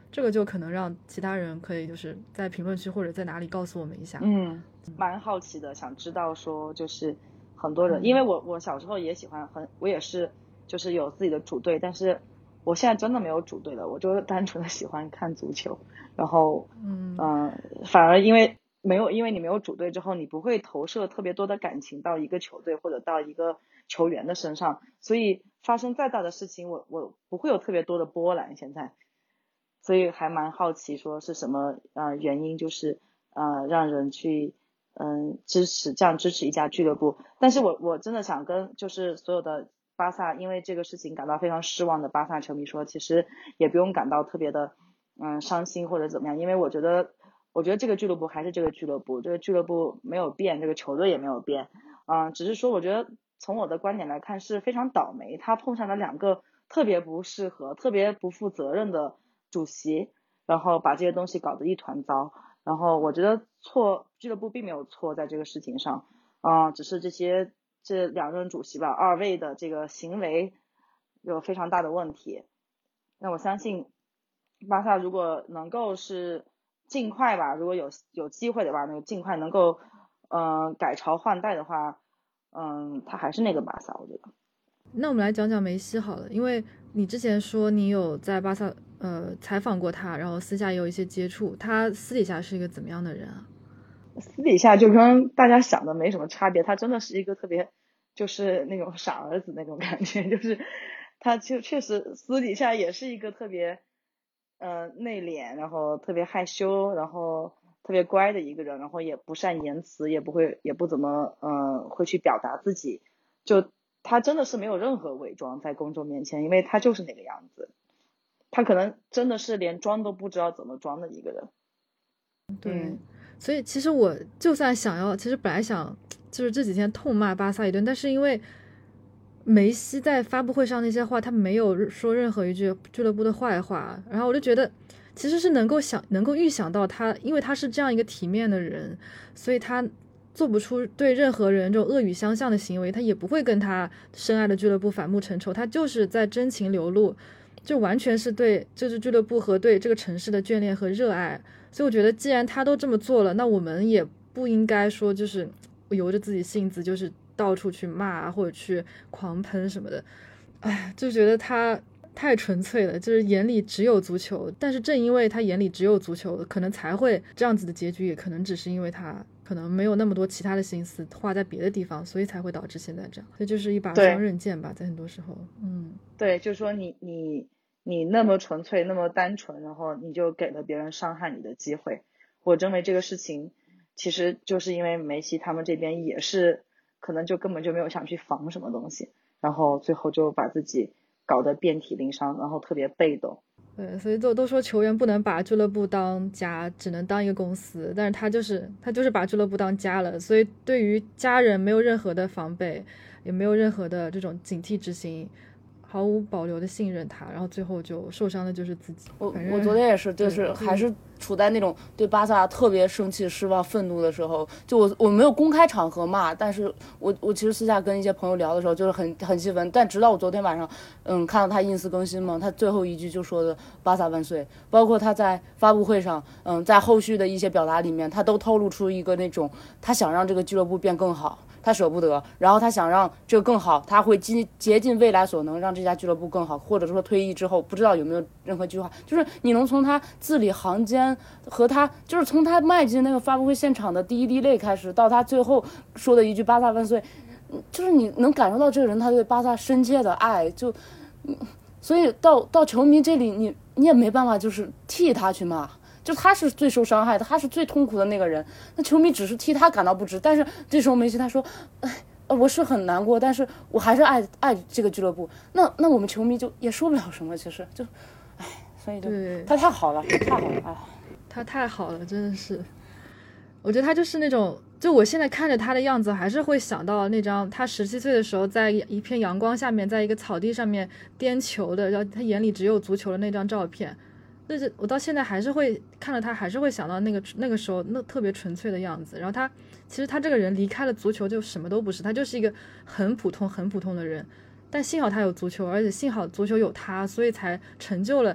这个就可能让其他人可以就是在评论区或者在哪里告诉我们一下。 蛮好奇的，想知道说就是很多人，因为我小时候也喜欢我也是就是有自己的主队，但是我现在真的没有主队了，我就单纯的喜欢看足球，然后反而因为你没有主队之后，你不会投射特别多的感情到一个球队或者到一个球员的身上，所以发生再大的事情我不会有特别多的波澜现在，所以还蛮好奇说是什么原因就是让人去支持一家俱乐部。但是我真的想跟就是所有的巴萨因为这个事情感到非常失望的巴萨球迷说，其实也不用感到特别的伤心或者怎么样，因为我觉得这个俱乐部还是这个俱乐部，这个俱乐部没有变，这个球队也没有变，只是说我觉得从我的观点来看是非常倒霉，他碰上了2个特别不适合特别不负责任的主席，然后把这些东西搞得一团糟。然后我觉得俱乐部并没有错在这个事情上，只是这2任主席吧，2位的这个行为有非常大的问题。那我相信巴萨如果能够是尽快吧，如果有机会的话，那个尽快能够改朝换代的话，他还是那个巴萨，我觉得。 那我们来讲讲梅西好了，因为你之前说你有在巴萨采访过他，然后私下也有一些接触，他私底下是一个怎么样的人啊？ 私底下就跟大家想的没什么差别，他真的是一个特别就是那种傻儿子那种感觉，就是他就确实私底下也是一个特别内敛，然后特别害羞，然后特别乖的一个人，然后也不善言辞，也不怎么会去表达自己，就他真的是没有任何伪装在公众面前，因为他就是那个样子，他可能真的是连装都不知道怎么装的一个人。 对，所以其实我就算其实本来想就是这几天痛骂巴萨一顿，但是因为梅西在发布会上那些话，他没有说任何一句俱乐部的坏话，然后我就觉得其实是能够预想到他，因为他是这样一个体面的人，所以他做不出对任何人这种恶语相向的行为，他也不会跟他深爱的俱乐部反目成仇，他就是在真情流露，就完全是对这支俱乐部和对这个城市的眷恋和热爱。所以我觉得既然他都这么做了，那我们也不应该说就是由着自己性子就是到处去骂或者去狂喷什么的。就觉得他太纯粹了，就是眼里只有足球，但是正因为他眼里只有足球，可能才会这样子的结局，也可能只是因为他可能没有那么多其他的心思花在别的地方，所以才会导致现在这样。这就是一把双刃剑吧，在很多时候。 对，就是说你那么纯粹那么单纯，然后你就给了别人伤害你的机会。我认为这个事情其实就是因为梅西他们这边也是可能就根本就没有想去防什么东西，然后最后就把自己搞得遍体鳞伤，然后特别被动。 对，所以都说球员不能把俱乐部当家，只能当一个公司，但是他就是把俱乐部当家了，所以对于家人没有任何的防备，也没有任何的这种警惕之心，毫无保留的信任他，然后最后就受伤的就是自己。 我昨天也是，就是还是处在那种对巴萨特别生气、失望、愤怒的时候。就我没有公开场合骂，但是我其实私下跟一些朋友聊的时候，就是很气愤。但直到我昨天晚上，看到他ins更新嘛，他最后一句就说的“巴萨万岁”，包括他在发布会上，在后续的一些表达里面，他都透露出一个那种他想让这个俱乐部变更好。他舍不得，然后他想让这个更好，他会竭尽未来所能让这家俱乐部更好，或者说退役之后不知道有没有任何计划，就是你能从他字里行间和他就是从他迈进那个发布会现场的第一滴泪开始，到他最后说的一句“巴萨万岁”，就是你能感受到这个人他对巴萨深切的爱，所以到球迷这里你也没办法就是替他去骂。就他是最受伤害的，他是最痛苦的那个人，那球迷只是替他感到不值。但是这时候梅西他说我是很难过，但是我还是爱这个俱乐部，那我们球迷就也说不了什么，其实就所以就他太好了，太好了， 他太好了，真的是。我觉得他就是那种，就我现在看着他的样子，还是会想到那张他17岁的时候在一片阳光下面，在一个草地上面颠球的，然后他眼里只有足球的那张照片。但是我到现在还是会看到他，还是会想到那个时候那特别纯粹的样子。然后其实他这个人离开了足球就什么都不是，他就是一个很普通的人。但幸好他有足球，而且幸好足球有他，所以才成就了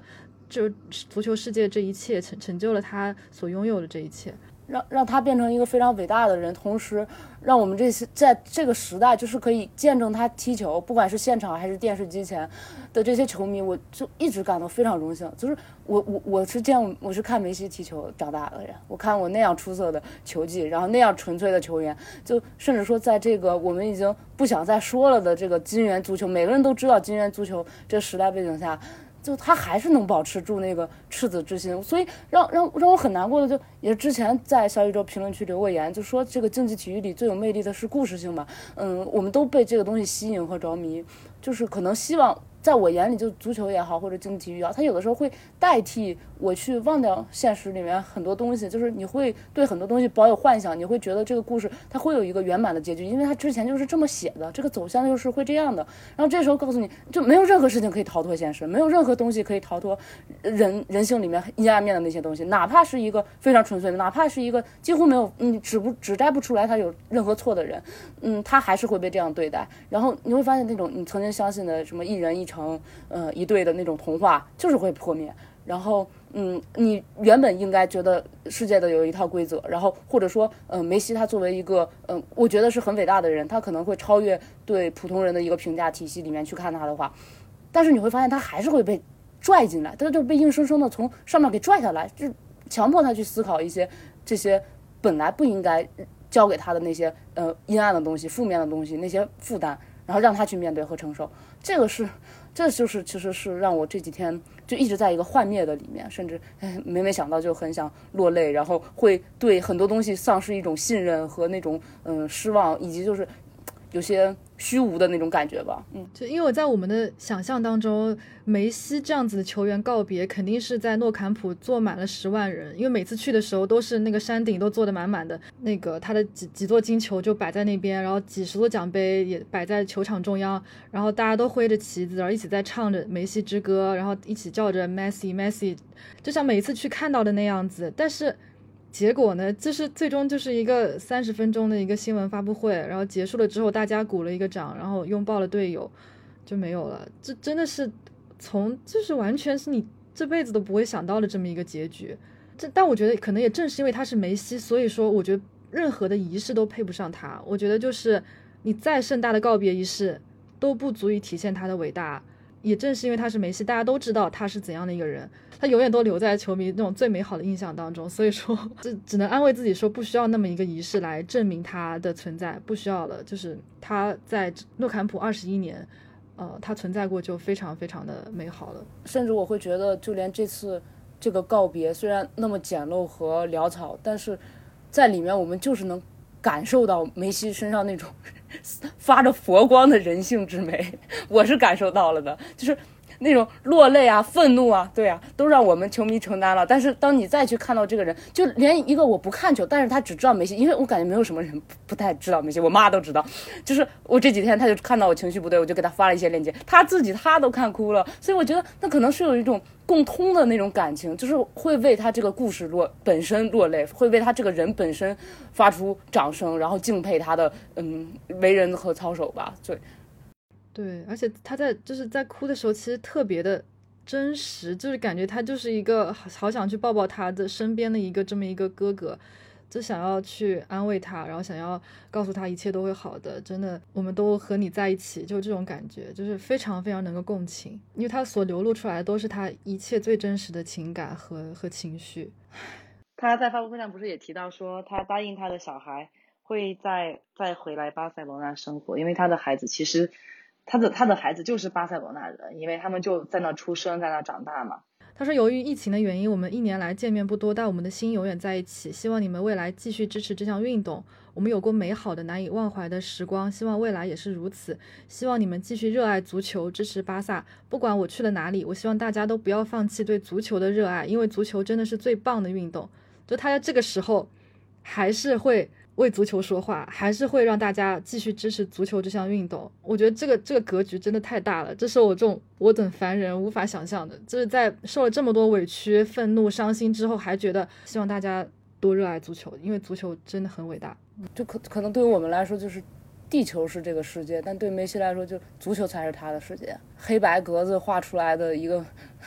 就足球世界这一切，成就了他所拥有的这一切。 让他变成一个非常伟大的人，同时让我们这些在这个时代就是可以见证他踢球，不管是现场还是电视机前的这些球迷，我就一直感到非常荣幸。就是我是看梅西踢球长大的人，我看我那样出色的球技，然后那样纯粹的球员，就甚至说在这个我们已经不想再说了的这个金元足球，每个人都知道金元足球这时代背景下，就他还是能保持住那个赤子之心，所以让我很难过的，就也是之前在小宇宙评论区留过言，就说这个竞技体育里最有魅力的是故事性嘛，我们都被这个东西吸引和着迷，就是可能希望在我眼里，就足球也好或者竞技体育也好，它有的时候会代替我去忘掉现实里面很多东西，就是你会对很多东西保有幻想，你会觉得这个故事它会有一个圆满的结局，因为它之前就是这么写的，这个走向就是会这样的。然后这时候告诉你，就没有任何事情可以逃脱现实，没有任何东西可以逃脱人性里面阴暗面的那些东西，哪怕是一个非常纯粹的，哪怕是一个几乎没有指摘不出来他有任何错的人，他还是会被这样对待。然后你会发现那种你曾经相信的什么一人一城一队的那种童话就是会破灭。然后你原本应该觉得世界的有一套规则，然后或者说梅西他作为一个我觉得是很伟大的人，他可能会超越对普通人的一个评价体系里面去看他的话，但是你会发现他还是会被拽进来，他就被硬生生的从上面给拽下来，就强迫他去思考一些这些本来不应该交给他的那些阴暗的东西、负面的东西、那些负担，然后让他去面对和承受。这就是其实是让我这几天就一直在一个幻灭的里面，甚至每每想到就很想落泪，然后会对很多东西丧失一种信任和那种失望，以及就是有些虚无的那种感觉吧。 就因为我在我们的想象当中，梅西这样子的球员告别肯定是在诺坎普坐满了10万人，因为每次去的时候都是那个山顶都坐得满满的，那个他的几座金球就摆在那边，然后几十座奖杯也摆在球场中央，然后大家都挥着旗子，然后一起在唱着梅西之歌，然后一起叫着 Messi， 就像每一次去看到的那样子。但是结果呢，就是最终就是一个30分钟的一个新闻发布会，然后结束了之后大家鼓了一个掌，然后拥抱了队友，就没有了。这真的是就是完全是你这辈子都不会想到的这么一个结局。但我觉得可能也正是因为他是梅西，所以说我觉得任何的仪式都配不上他。我觉得就是你再盛大的告别仪式都不足以体现他的伟大。也正是因为他是梅西，大家都知道他是怎样的一个人，他永远都留在球迷那种最美好的印象当中，所以说只能安慰自己说不需要那么一个仪式来证明他的存在，不需要了。就是他在诺坎普21年他存在过就非常非常的美好了。 甚至我会觉得就连这次这个告别虽然那么简陋和潦草，但是在里面我们就是能感受到梅西身上那种发着佛光的人性之美，我是感受到了的，就是那种落泪啊、愤怒啊，对啊，都让我们球迷承担了。但是当你再去看到这个人，就连一个我不看球，但是他只知道梅西，因为我感觉没有什么人不太知道梅西，我妈都知道。就是我这几天他就看到我情绪不对，我就给他发了一些链接，他都看哭了。所以我觉得那可能是有一种共通的那种感情，就是会为他这个故事本身落泪，会为他这个人本身发出掌声，然后敬佩他的为人和操守吧。 对，而且他就是在哭的时候其实特别的真实，就是感觉他就是一个好想去抱抱他的身边的一个这么一个哥哥，就想要去安慰他，然后想要告诉他一切都会好的，真的我们都和你在一起，就这种感觉，就是非常非常能够共情，因为他所流露出来的都是他一切最真实的情感和情绪。 他在发布会上不是也提到说他答应他的小孩会再回来巴塞罗那生活，因为他的孩子其实他的孩子就是巴塞罗那人，因为他们就在那出生在那长大嘛。 他说由于疫情的原因，我们1年来见面不多，但我们的心永远在一起，希望你们未来继续支持这项运动，我们有过美好的难以忘怀的时光，希望未来也是如此，希望你们继续热爱足球，支持巴萨，不管我去了哪里，我希望大家都不要放弃对足球的热爱，因为足球真的是最棒的运动。就他在这个时候还是会为足球说话，还是会让大家继续支持足球这项运动。我觉得这个格局真的太大了，这是我这种我等凡人无法想象的，就是在受了这么多委屈、愤怒、伤心之后，还觉得希望大家多热爱足球，因为足球真的很伟大。 就可能对于我们来说就是地球是这个世界，但对梅西来说就足球才是他的世界。黑白格子画出来的一个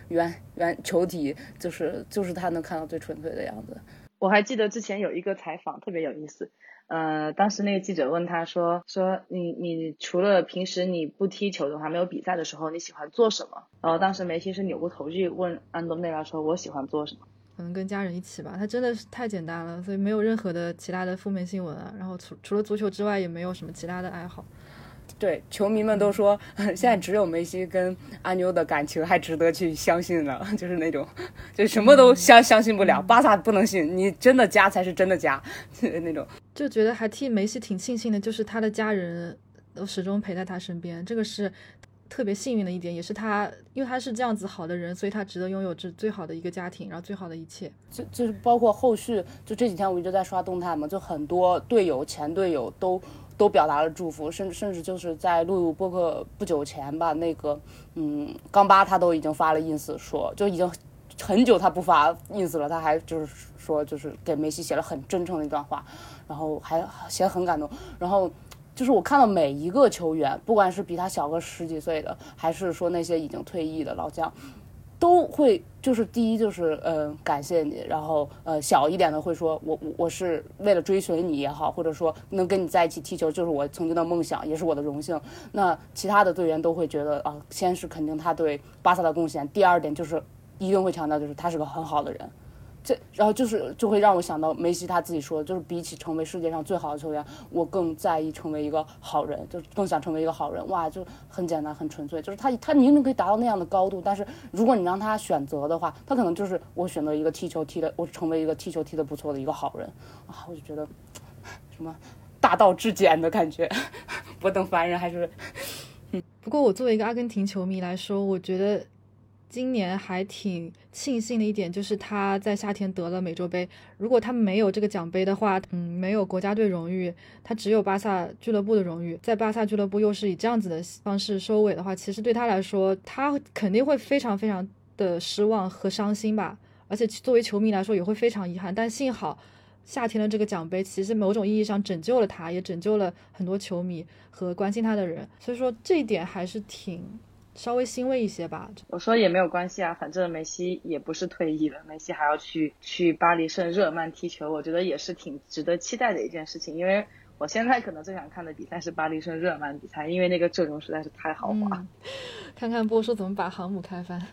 圆球体，就是他能看到最纯粹的样子。 我还记得之前有一个采访特别有意思，当时那个记者问他说你除了平时你不踢球的话，没有比赛的时候，你喜欢做什么？然后当时梅西是扭过头去问安东内拉说，我喜欢做什么？ 可能跟家人一起吧，他真的是太简单了，所以没有任何的其他的负面新闻啊。然后除了足球之外，也没有什么其他的爱好。 对，球迷们都说现在只有梅西跟阿妞的感情还值得去相信了，就是那种就什么都相信不了，巴萨不能信，你真的家才是真的家那种。 就觉得还替梅西挺庆幸的，就是他的家人都始终陪在他身边，这个是特别幸运的一点，也是他因为他是这样子好的人，所以他值得拥有这最好的一个家庭，然后最好的一切。 就是包括后续，就这几天我一直在刷动态嘛，就很多队友前队友都表达了祝福，甚至就是在录播客不久前吧，那个冈巴他都已经发了 ins 说，就已经很久他不发 ins 了，他还就是说就是给梅西写了很真诚的一段话，然后还写得很感动。然后就是我看到每一个球员，不管是比他小个10几岁的，还是说那些已经退役的老将，都会就是第一就是感谢你，然后小一点的会说我是为了追随你也好，或者说能跟你在一起踢球就是我曾经的梦想，也是我的荣幸。那其他的队员都会觉得先是肯定他对巴萨的贡献，第二点就是一定会强调就是他是个很好的人。然后就会让我想到梅西他自己说，就是比起成为世界上最好的球员，我更在意成为一个好人，就更想成为一个好人。哇，就很简单很纯粹，就是他明明可以达到那样的高度，但是如果你让他选择的话，他可能就是我选择一个我成为一个踢球踢得不错的一个好人啊，我就觉得什么大道至简的感觉，我等凡人还是。 不过我作为一个阿根廷球迷来说，我觉得今年还挺庆幸的一点就是他在夏天得了美洲杯，如果他没有这个奖杯的话，没有国家队荣誉，他只有巴萨俱乐部的荣誉，在巴萨俱乐部又是以这样子的方式收尾的话，其实对他来说他肯定会非常非常的失望和伤心吧，而且作为球迷来说也会非常遗憾。但幸好夏天的这个奖杯其实某种意义上拯救了他，也拯救了很多球迷和关心他的人，所以说这一点还是挺稍微欣慰一些吧。 我说也没有关系啊，反正梅西也不是退役了，梅西还要去巴黎圣日耳曼踢球，我觉得也是挺值得期待的一件事情。因为我现在可能最想看的比赛是巴黎圣日耳曼比赛，因为那个阵容实在是太豪华。 看看波叔怎么把航母开翻。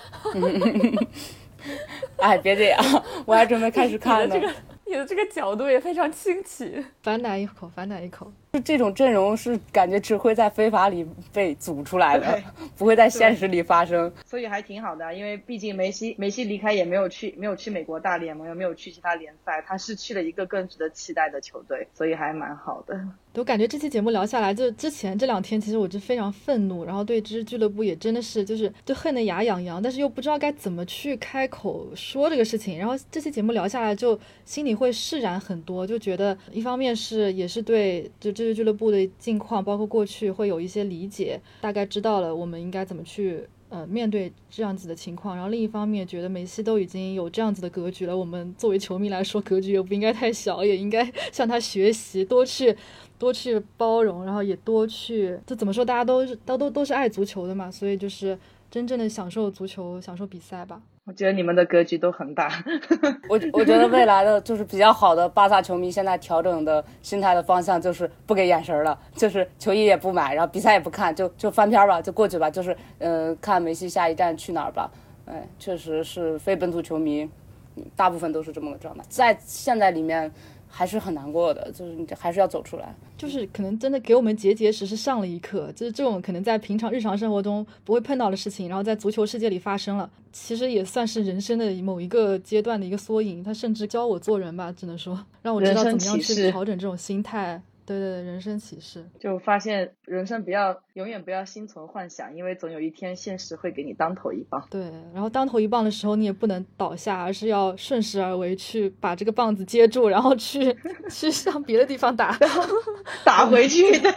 哎，别这样，我还准备开始看呢。 你的这个角度也非常清奇， 反奶一口，反奶一口。 这种阵容是感觉只会在非法里被组出来的，不会在现实里发生， 所以还挺好的。因为毕竟梅西离开也没有去美国大联盟，也没有去其他联赛，他是去了一个更值得期待的球队，所以还蛮好的。 我感觉这期节目聊下来，就之前这2天其实我就非常愤怒，然后对这支俱乐部也真的是就恨得牙痒痒，但是又不知道该怎么去开口说这个事情。然后这期节目聊下来，就心里会释然很多，就觉得一方面是也是对就这支俱乐部的近况，包括过去会有一些理解，大概知道了我们应该怎么去面对这样子的情况。然后另一方面觉得梅西都已经有这样子的格局了，我们作为球迷来说格局也不应该太小，也应该向他学习，多去包容，然后也多去就怎么说，大家都是爱足球的嘛，所以就是真正的享受足球，享受比赛吧。 我觉得你们的格局都很大。 我觉得未来的就是比较好的巴萨球迷现在调整的心态的方向就是不给眼神了，就是球衣也不买，然后比赛也不看，就翻篇吧，就过去吧，就是看梅西下一站去哪儿吧。确实是非本土球迷大部分都是这么个状态，在现在里面还是很难过的，就是你还是要走出来， 就是可能真的给我们结实是上了一课，就是这种可能在平常日常生活中不会碰到的事情，然后在足球世界里发生了，其实也算是人生的某一个阶段的一个缩影。他甚至教我做人吧，只能说让我知道怎么样去调整这种心态。对，人生启示， 就发现人生永远不要心存幻想，因为总有一天现实会给你当头一棒。 对，然后当头一棒的时候你也不能倒下，而是要顺势而为，去把这个棒子接住，然后去向别的地方打回去。对，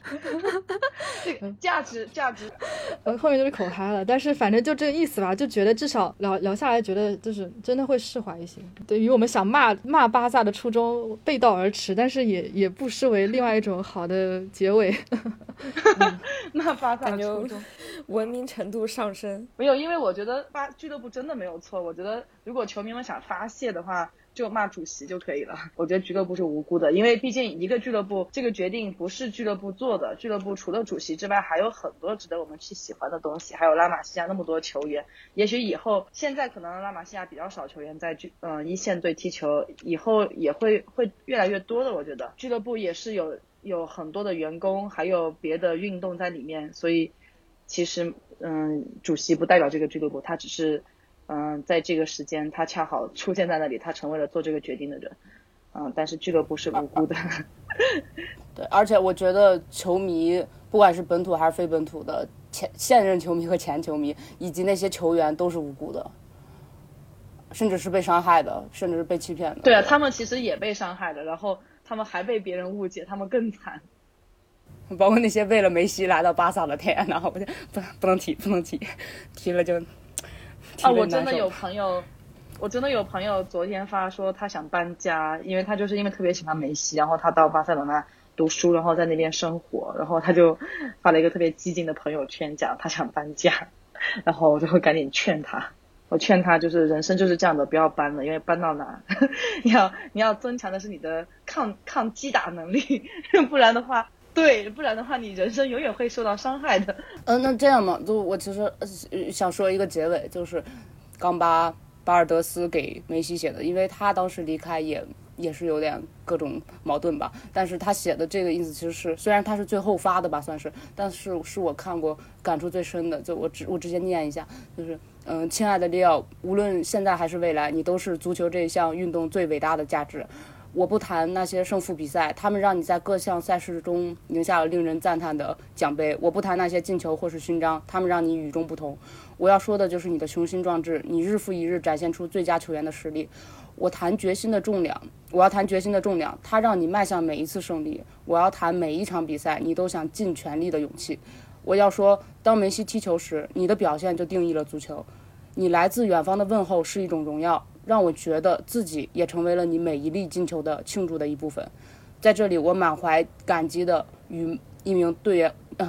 这个价值， 后面就是口嗨了，但是反正就这个意思吧，就觉得至少聊下来，觉得就是真的会释怀一些。对于我们想骂巴萨的初衷背道而驰，但是也不失为另外一种好的结尾。 骂巴萨的初衷， 文明程度上升。 没有，因为我觉得俱乐部真的没有错。我觉得如果球迷们想发泄的话，就骂主席就可以了。我觉得俱乐部是无辜的，因为毕竟一个俱乐部这个决定不是俱乐部做的，俱乐部除了主席之外还有很多值得我们去喜欢的东西，还有拉玛西亚那么多球员。也许以后现在可能拉玛西亚比较少球员在一线队踢球，以后也会越来越多的。我觉得俱乐部也是有很多的员工，还有别的运动在里面，所以其实主席不代表这个俱乐部，他只是在这个时间他恰好出现在那里，他成为了做这个决定的人，但是俱乐部是无辜的。 对，而且我觉得球迷不管是本土还是非本土的现任球迷和前球迷以及那些球员都是无辜的，甚至是被伤害的，甚至是被欺骗的。 对啊，他们其实也被伤害的，然后他们还被别人误解，他们更惨。 包括那些为了梅西来到巴萨的，天哪，我就不能提了就我真的有朋友昨天发说他想搬家，因为他就是因为特别喜欢梅西，然后他到巴塞罗那读书，然后在那边生活，然后他就发了一个特别激进的朋友圈，讲他想搬家，然后我就会赶紧劝他。我劝他就是人生就是这样的，不要搬了，因为搬到哪你要增强的是你的抗击打能力，不然的话你人生永远会受到伤害的。 那这样嘛，就我其实想说一个结尾，就是冈巴尔德斯给梅西写的，因为他当时离开也是有点各种矛盾吧，但是他写的这个意思其实是，虽然他是最后发的吧算是，但是我看过感触最深的，就我直接念一下，就是亲爱的利奥，无论现在还是未来，你都是足球这一项运动最伟大的价值。我不谈那些胜负比赛，他们让你在各项赛事中赢下了令人赞叹的奖杯。我不谈那些进球或是勋章，他们让你与众不同。我要说的就是你的雄心壮志，你日复一日展现出最佳球员的实力。我要谈决心的重量，它让你迈向每一次胜利。我要谈每一场比赛，你都想尽全力的勇气。我要说，当梅西踢球时，你的表现就定义了足球。你来自远方的问候是一种荣耀，让我觉得自己也成为了你每一粒进球的庆祝的一部分。在这里，我满怀感激的与一名队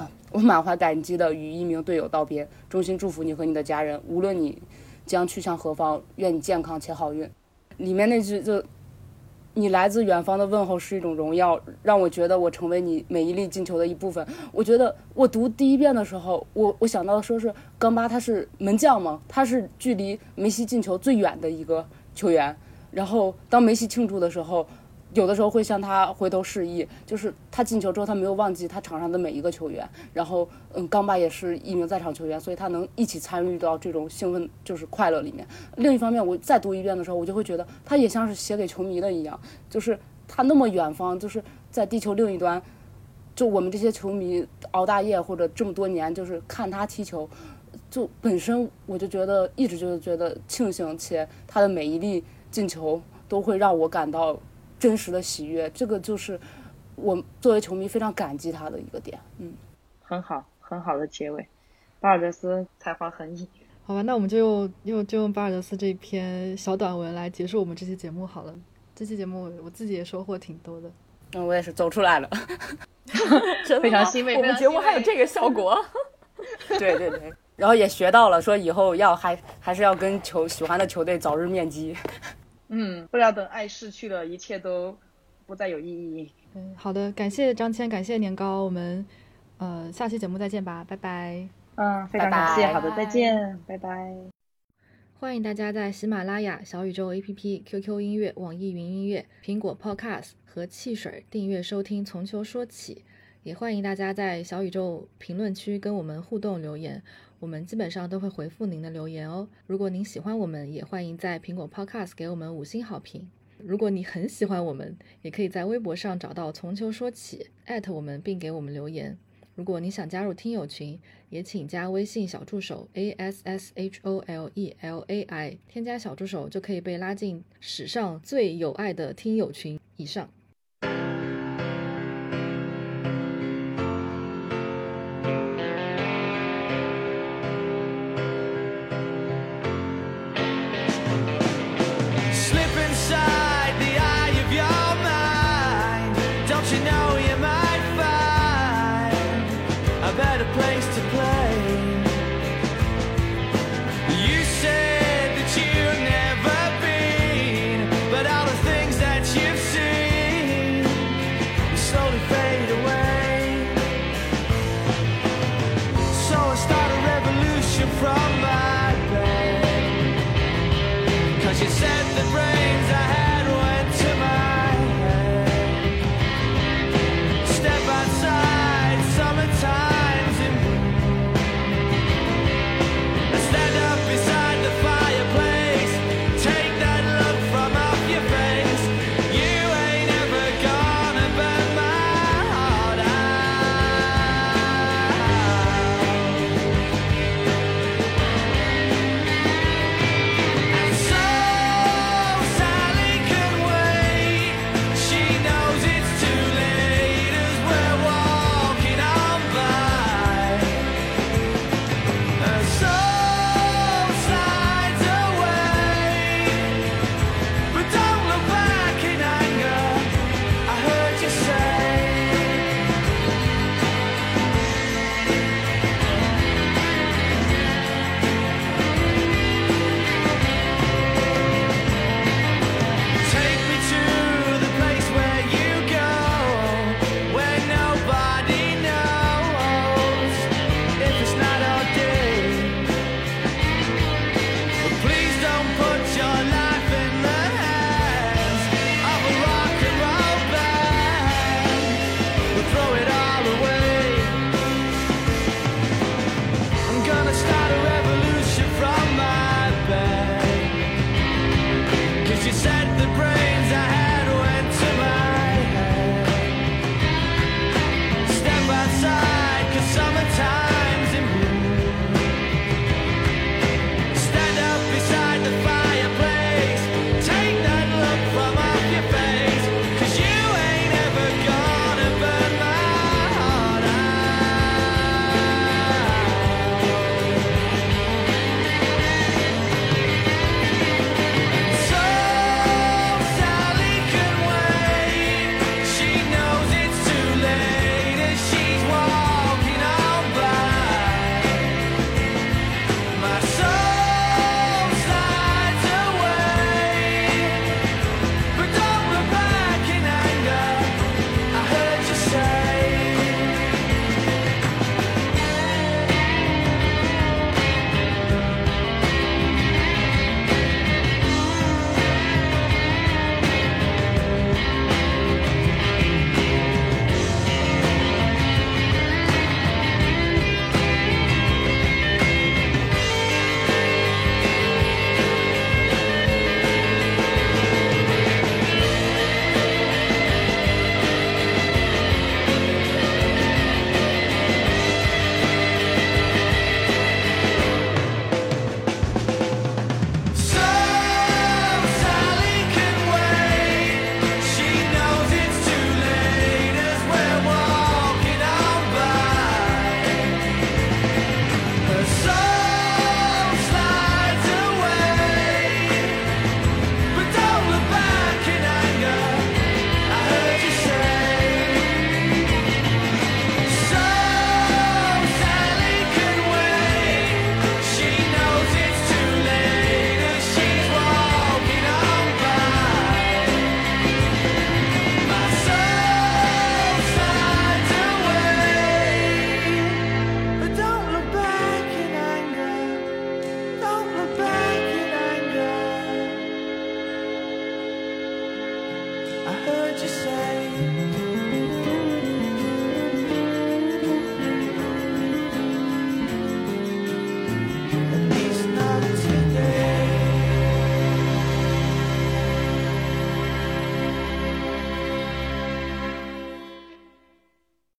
友道别，衷心祝福你和你的家人，无论你将去向何方，愿你健康且好运。里面那句就你来自远方的问候是一种荣耀，让我觉得我成为你每一粒进球的一部分。我觉得我读第一遍的时候，我想到说是冈巴他是门将嘛，他是距离梅西进球最远的一个球员，然后当梅西庆祝的时候，有的时候会向他回头示意，就是他进球之后他没有忘记他场上的每一个球员，然后冈巴也是一名在场球员，所以他能一起参与到这种兴奋就是快乐里面。另一方面，我再读一遍的时候，我就会觉得他也像是写给球迷的一样，就是他那么远方，就是在地球另一端，就我们这些球迷熬大夜或者这么多年就是看他踢球，就本身我就觉得一直就是觉得庆幸，且他的每一粒进球都会让我感到真实的喜悦，这个就是我作为球迷非常感激他的一个点。 很好的结尾，巴尔德斯才华横溢。 好吧，那我们就用巴尔德斯这篇小短文来结束我们这期节目好了。这期节目我自己也收获挺多的。 我也是走出来了。 非常欣慰， 我们节目还有这个效果。 对，然后也学到了，说以后还是要跟喜欢的球队早日面基。 不要等爱逝去了，一切都不再有意义。 好的，感谢张谦，感谢年糕，我们下期节目再见吧，拜拜。 非常感谢，好的，再见，拜拜。 欢迎大家在喜马拉雅、小宇宙 APP、QQ 音乐、网易云音乐、苹果 Podcast 和汽水订阅收听《从球说起》，也欢迎大家在小宇宙评论区跟我们互动留言，我们基本上都会回复您的留言哦。如果您喜欢我们，也欢迎在苹果 Podcast 给我们5星好评。如果你很喜欢我们，也可以在微博上找到从球说起，@我们并给我们留言。如果你想加入听友群，也请加微信小助手 ASSHOLELAI， 添加小助手就可以被拉进史上最有爱的听友群以上。 your face, 'cause you ain't ever gonna burn my heart out. So Sally can wait, she knows it's too late as she's walking on by. My soul slides away, but don't look back in anger, I heard you say. So Sally can wait, she knows it's too late as we're walking on by. Her soul slides away, but don't look back in anger, I heard you say. So Sally can wait, she knows it's too late as she's walking on by. My soul slides away, but don't look back in anger, don't look back in anger, I heard you say.